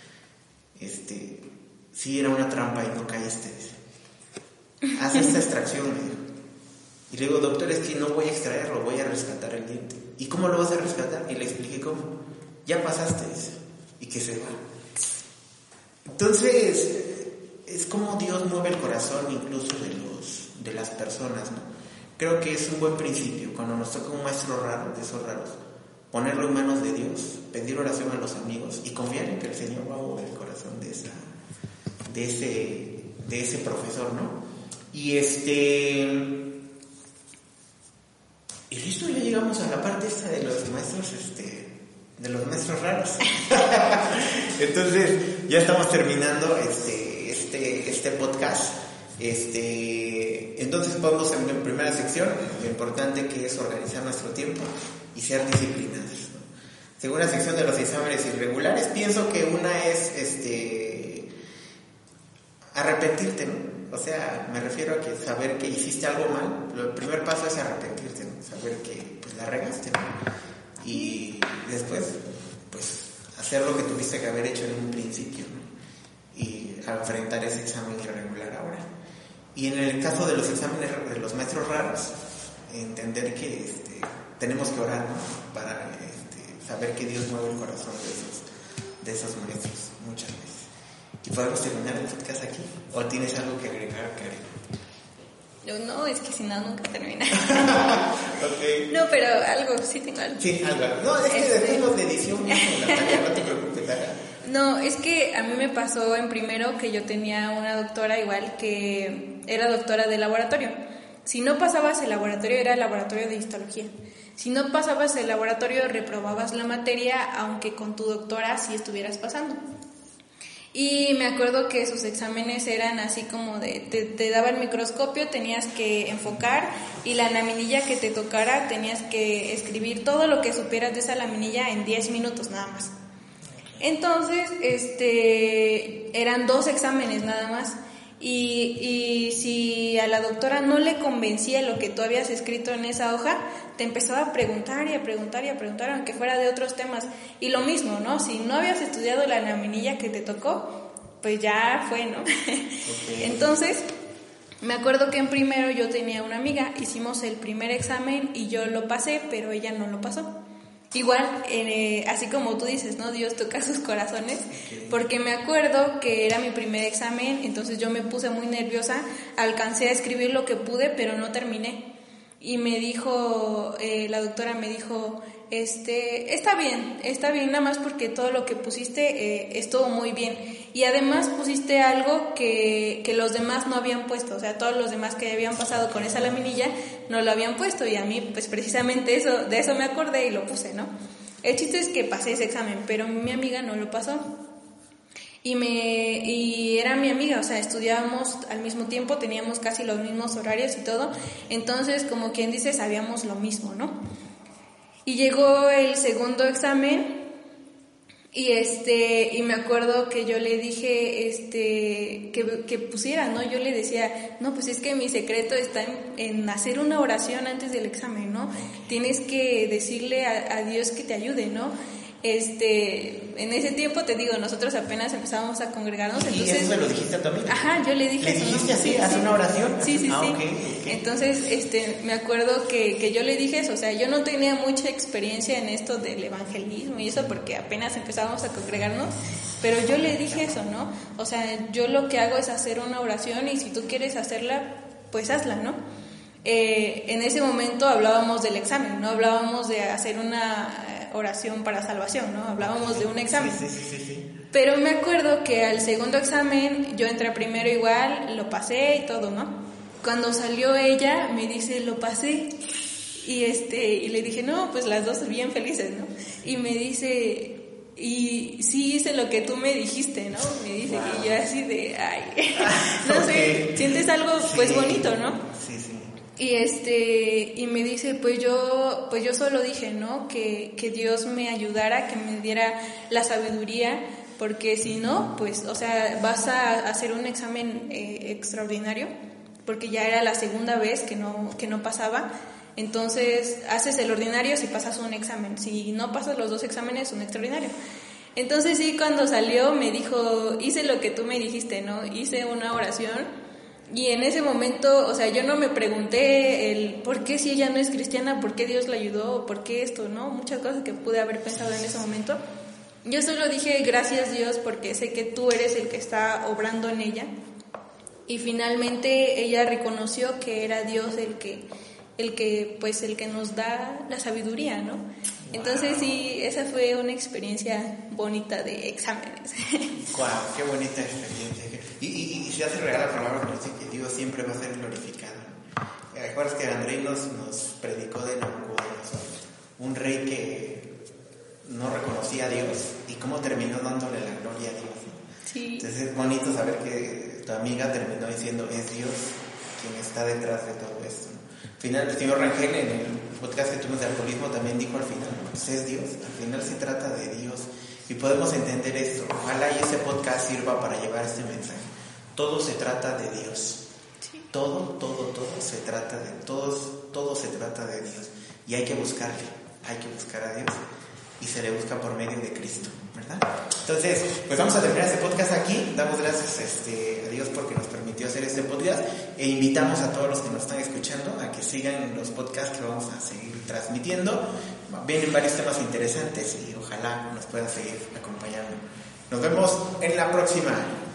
S3: Sí, era una trampa y no caíste. Haz esta extracción, me dijo. Y le digo, doctor, es que no voy a extraerlo, voy a rescatar el diente. ¿Y cómo lo vas a rescatar? Y le expliqué cómo. Ya pasaste, dice. Y que se va. Entonces, es como Dios mueve el corazón incluso de las personas, ¿no? Creo que es un buen principio, cuando nos toca un maestro raro, de esos raros, ponerlo en manos de Dios, pedir oración a los amigos y confiar en que el Señor va a mover el corazón de ese profesor, ¿no? Y listo, ya llegamos a la parte esta de los maestros raros. Entonces, ya estamos terminando este podcast. Entonces vamos en primera sección, lo importante que es organizar nuestro tiempo y ser disciplinados, ¿no? Segunda sección de los exámenes irregulares, pienso que una es arrepentirte, ¿no? O sea, me refiero a que saber que hiciste algo mal. El primer paso es arrepentirte, ¿no? Saber que pues la regaste, ¿no? Y después pues hacer lo que tuviste que haber hecho en un principio, ¿no? Y enfrentar ese examen irregular ahora. Y en el caso de los exámenes de los maestros raros, entender que tenemos que orar, ¿no? Para saber que Dios mueve el corazón de esos maestros muchas veces. ¿Y podemos terminar el podcast aquí? ¿O tienes algo que agregar, Karen?
S4: No, es que si no, nunca termina.
S3: Okay.
S4: No, pero algo, sí tengo algo.
S3: Sí, algo. No, es que después los de edición, Natalia, no te preocupes.
S4: No, es que a mí me pasó en primero que yo tenía una doctora igual que era doctora de laboratorio. Si no pasabas el laboratorio, era el laboratorio de histología. Si no pasabas el laboratorio, reprobabas la materia, aunque con tu doctora sí estuvieras pasando. Y me acuerdo que sus exámenes eran así como de, te daba el microscopio, tenías que enfocar, y la laminilla que te tocara tenías que escribir todo lo que supieras de esa laminilla en 10 minutos nada más. Entonces, eran 2 exámenes nada más. Y si a la doctora no le convencía lo que tú habías escrito en esa hoja, te empezaba a preguntar y a preguntar y a preguntar, aunque fuera de otros temas. Y lo mismo, ¿no? Si no habías estudiado la laminilla que te tocó, pues ya fue, ¿no? Okay. Entonces, me acuerdo que en primero yo tenía una amiga, hicimos el primer examen y yo lo pasé, pero ella no lo pasó. Igual, así como tú dices, ¿no? Dios toca sus corazones, porque me acuerdo que era mi primer examen, entonces yo me puse muy nerviosa, alcancé a escribir lo que pude, pero no terminé. Y me dijo, la doctora me dijo, está bien, nada más porque todo lo que pusiste estuvo muy bien. Y además pusiste algo que los demás no habían puesto, o sea, todos los demás que habían pasado con esa laminilla no lo habían puesto, y a mí pues precisamente de eso me acordé y lo puse, ¿no? El chiste es que pasé ese examen, pero mi amiga no lo pasó. Y era mi amiga, o sea, estudiábamos al mismo tiempo, teníamos casi los mismos horarios y todo, entonces como quien dice, sabíamos lo mismo, ¿no? Y llegó el segundo examen y me acuerdo que yo le dije que pusiera, ¿no? Yo le decía, no, pues es que mi secreto está en hacer una oración antes del examen, ¿no? Tienes que decirle a Dios que te ayude, ¿no? En ese tiempo, te digo, nosotros apenas empezábamos a congregarnos.
S3: ¿Y eso se lo dijiste a tu amiga?
S4: Ajá, yo le dije
S3: eso. ¿Le dijiste así? ¿Haz una oración?
S4: Sí.
S3: Okay.
S4: Entonces, me acuerdo que yo le dije eso, o sea, yo no tenía mucha experiencia en esto del evangelismo y eso, porque apenas empezábamos a congregarnos, pero yo le dije eso, ¿no? O sea, yo lo que hago es hacer una oración, y si tú quieres hacerla, pues hazla, ¿no? En ese momento hablábamos del examen, no hablábamos de hacer una oración para salvación, ¿no? Hablábamos de un examen.
S3: Sí.
S4: Pero me acuerdo que al segundo examen yo entré primero igual, lo pasé y todo, ¿no? Cuando salió ella me dice, lo pasé, y le dije, no, pues las dos bien felices, ¿no? Y me dice, y sí hice lo que tú me dijiste, ¿no? Me dice, wow. Y yo así de, ay, no sé, sientes algo pues bonito, ¿no?
S3: Sí.
S4: Y me dice, pues yo solo dije, ¿no? Que Dios me ayudara, que me diera la sabiduría, porque si no, pues, o sea, vas a hacer un examen extraordinario, porque ya era la segunda vez que no pasaba. Entonces, haces el ordinario si pasas un examen, si no pasas los 2 exámenes, un extraordinario. Entonces sí, cuando salió me dijo, hice lo que tú me dijiste, ¿no? Hice una oración. Y en ese momento, o sea, yo no me pregunté por qué, si ella no es cristiana, por qué Dios la ayudó, por qué esto, ¿no? Muchas cosas que pude haber pensado en ese momento. Yo solo dije, gracias Dios, porque sé que tú eres el que está obrando en ella. Y finalmente ella reconoció que era Dios el que nos da la sabiduría, ¿no? Entonces sí, esa fue una experiencia bonita de exámenes.
S3: Wow, qué bonita experiencia. Y se hace real la palabra que dice que Dios siempre va a ser glorificado. ¿Recuerdas que André nos predicó de Nabucodonosor, un rey que no reconocía a Dios, y cómo terminó dándole la gloria a Dios, ¿no?
S4: Sí.
S3: Entonces es bonito saber que tu amiga terminó diciendo, es Dios quien está detrás de todo esto, ¿no? Al final, el señor Rangel, en el podcast que tuvimos de alcoholismo, también dijo al final, pues es Dios, al final se trata de Dios, y podemos entender esto. Ojalá y ese podcast sirva para llevar este mensaje. Todo se trata de Dios. Sí. Todo se trata de Dios, y hay que buscarle, hay que buscar a Dios, y se le busca por medio de Cristo, ¿verdad? Entonces, pues vamos a terminar este podcast aquí, damos gracias a Dios porque nos permitió hacer este podcast e invitamos a todos los que nos están escuchando a que sigan los podcasts que vamos a seguir transmitiendo. Vienen varios temas interesantes y ojalá nos puedan seguir acompañando. Nos vemos en la próxima.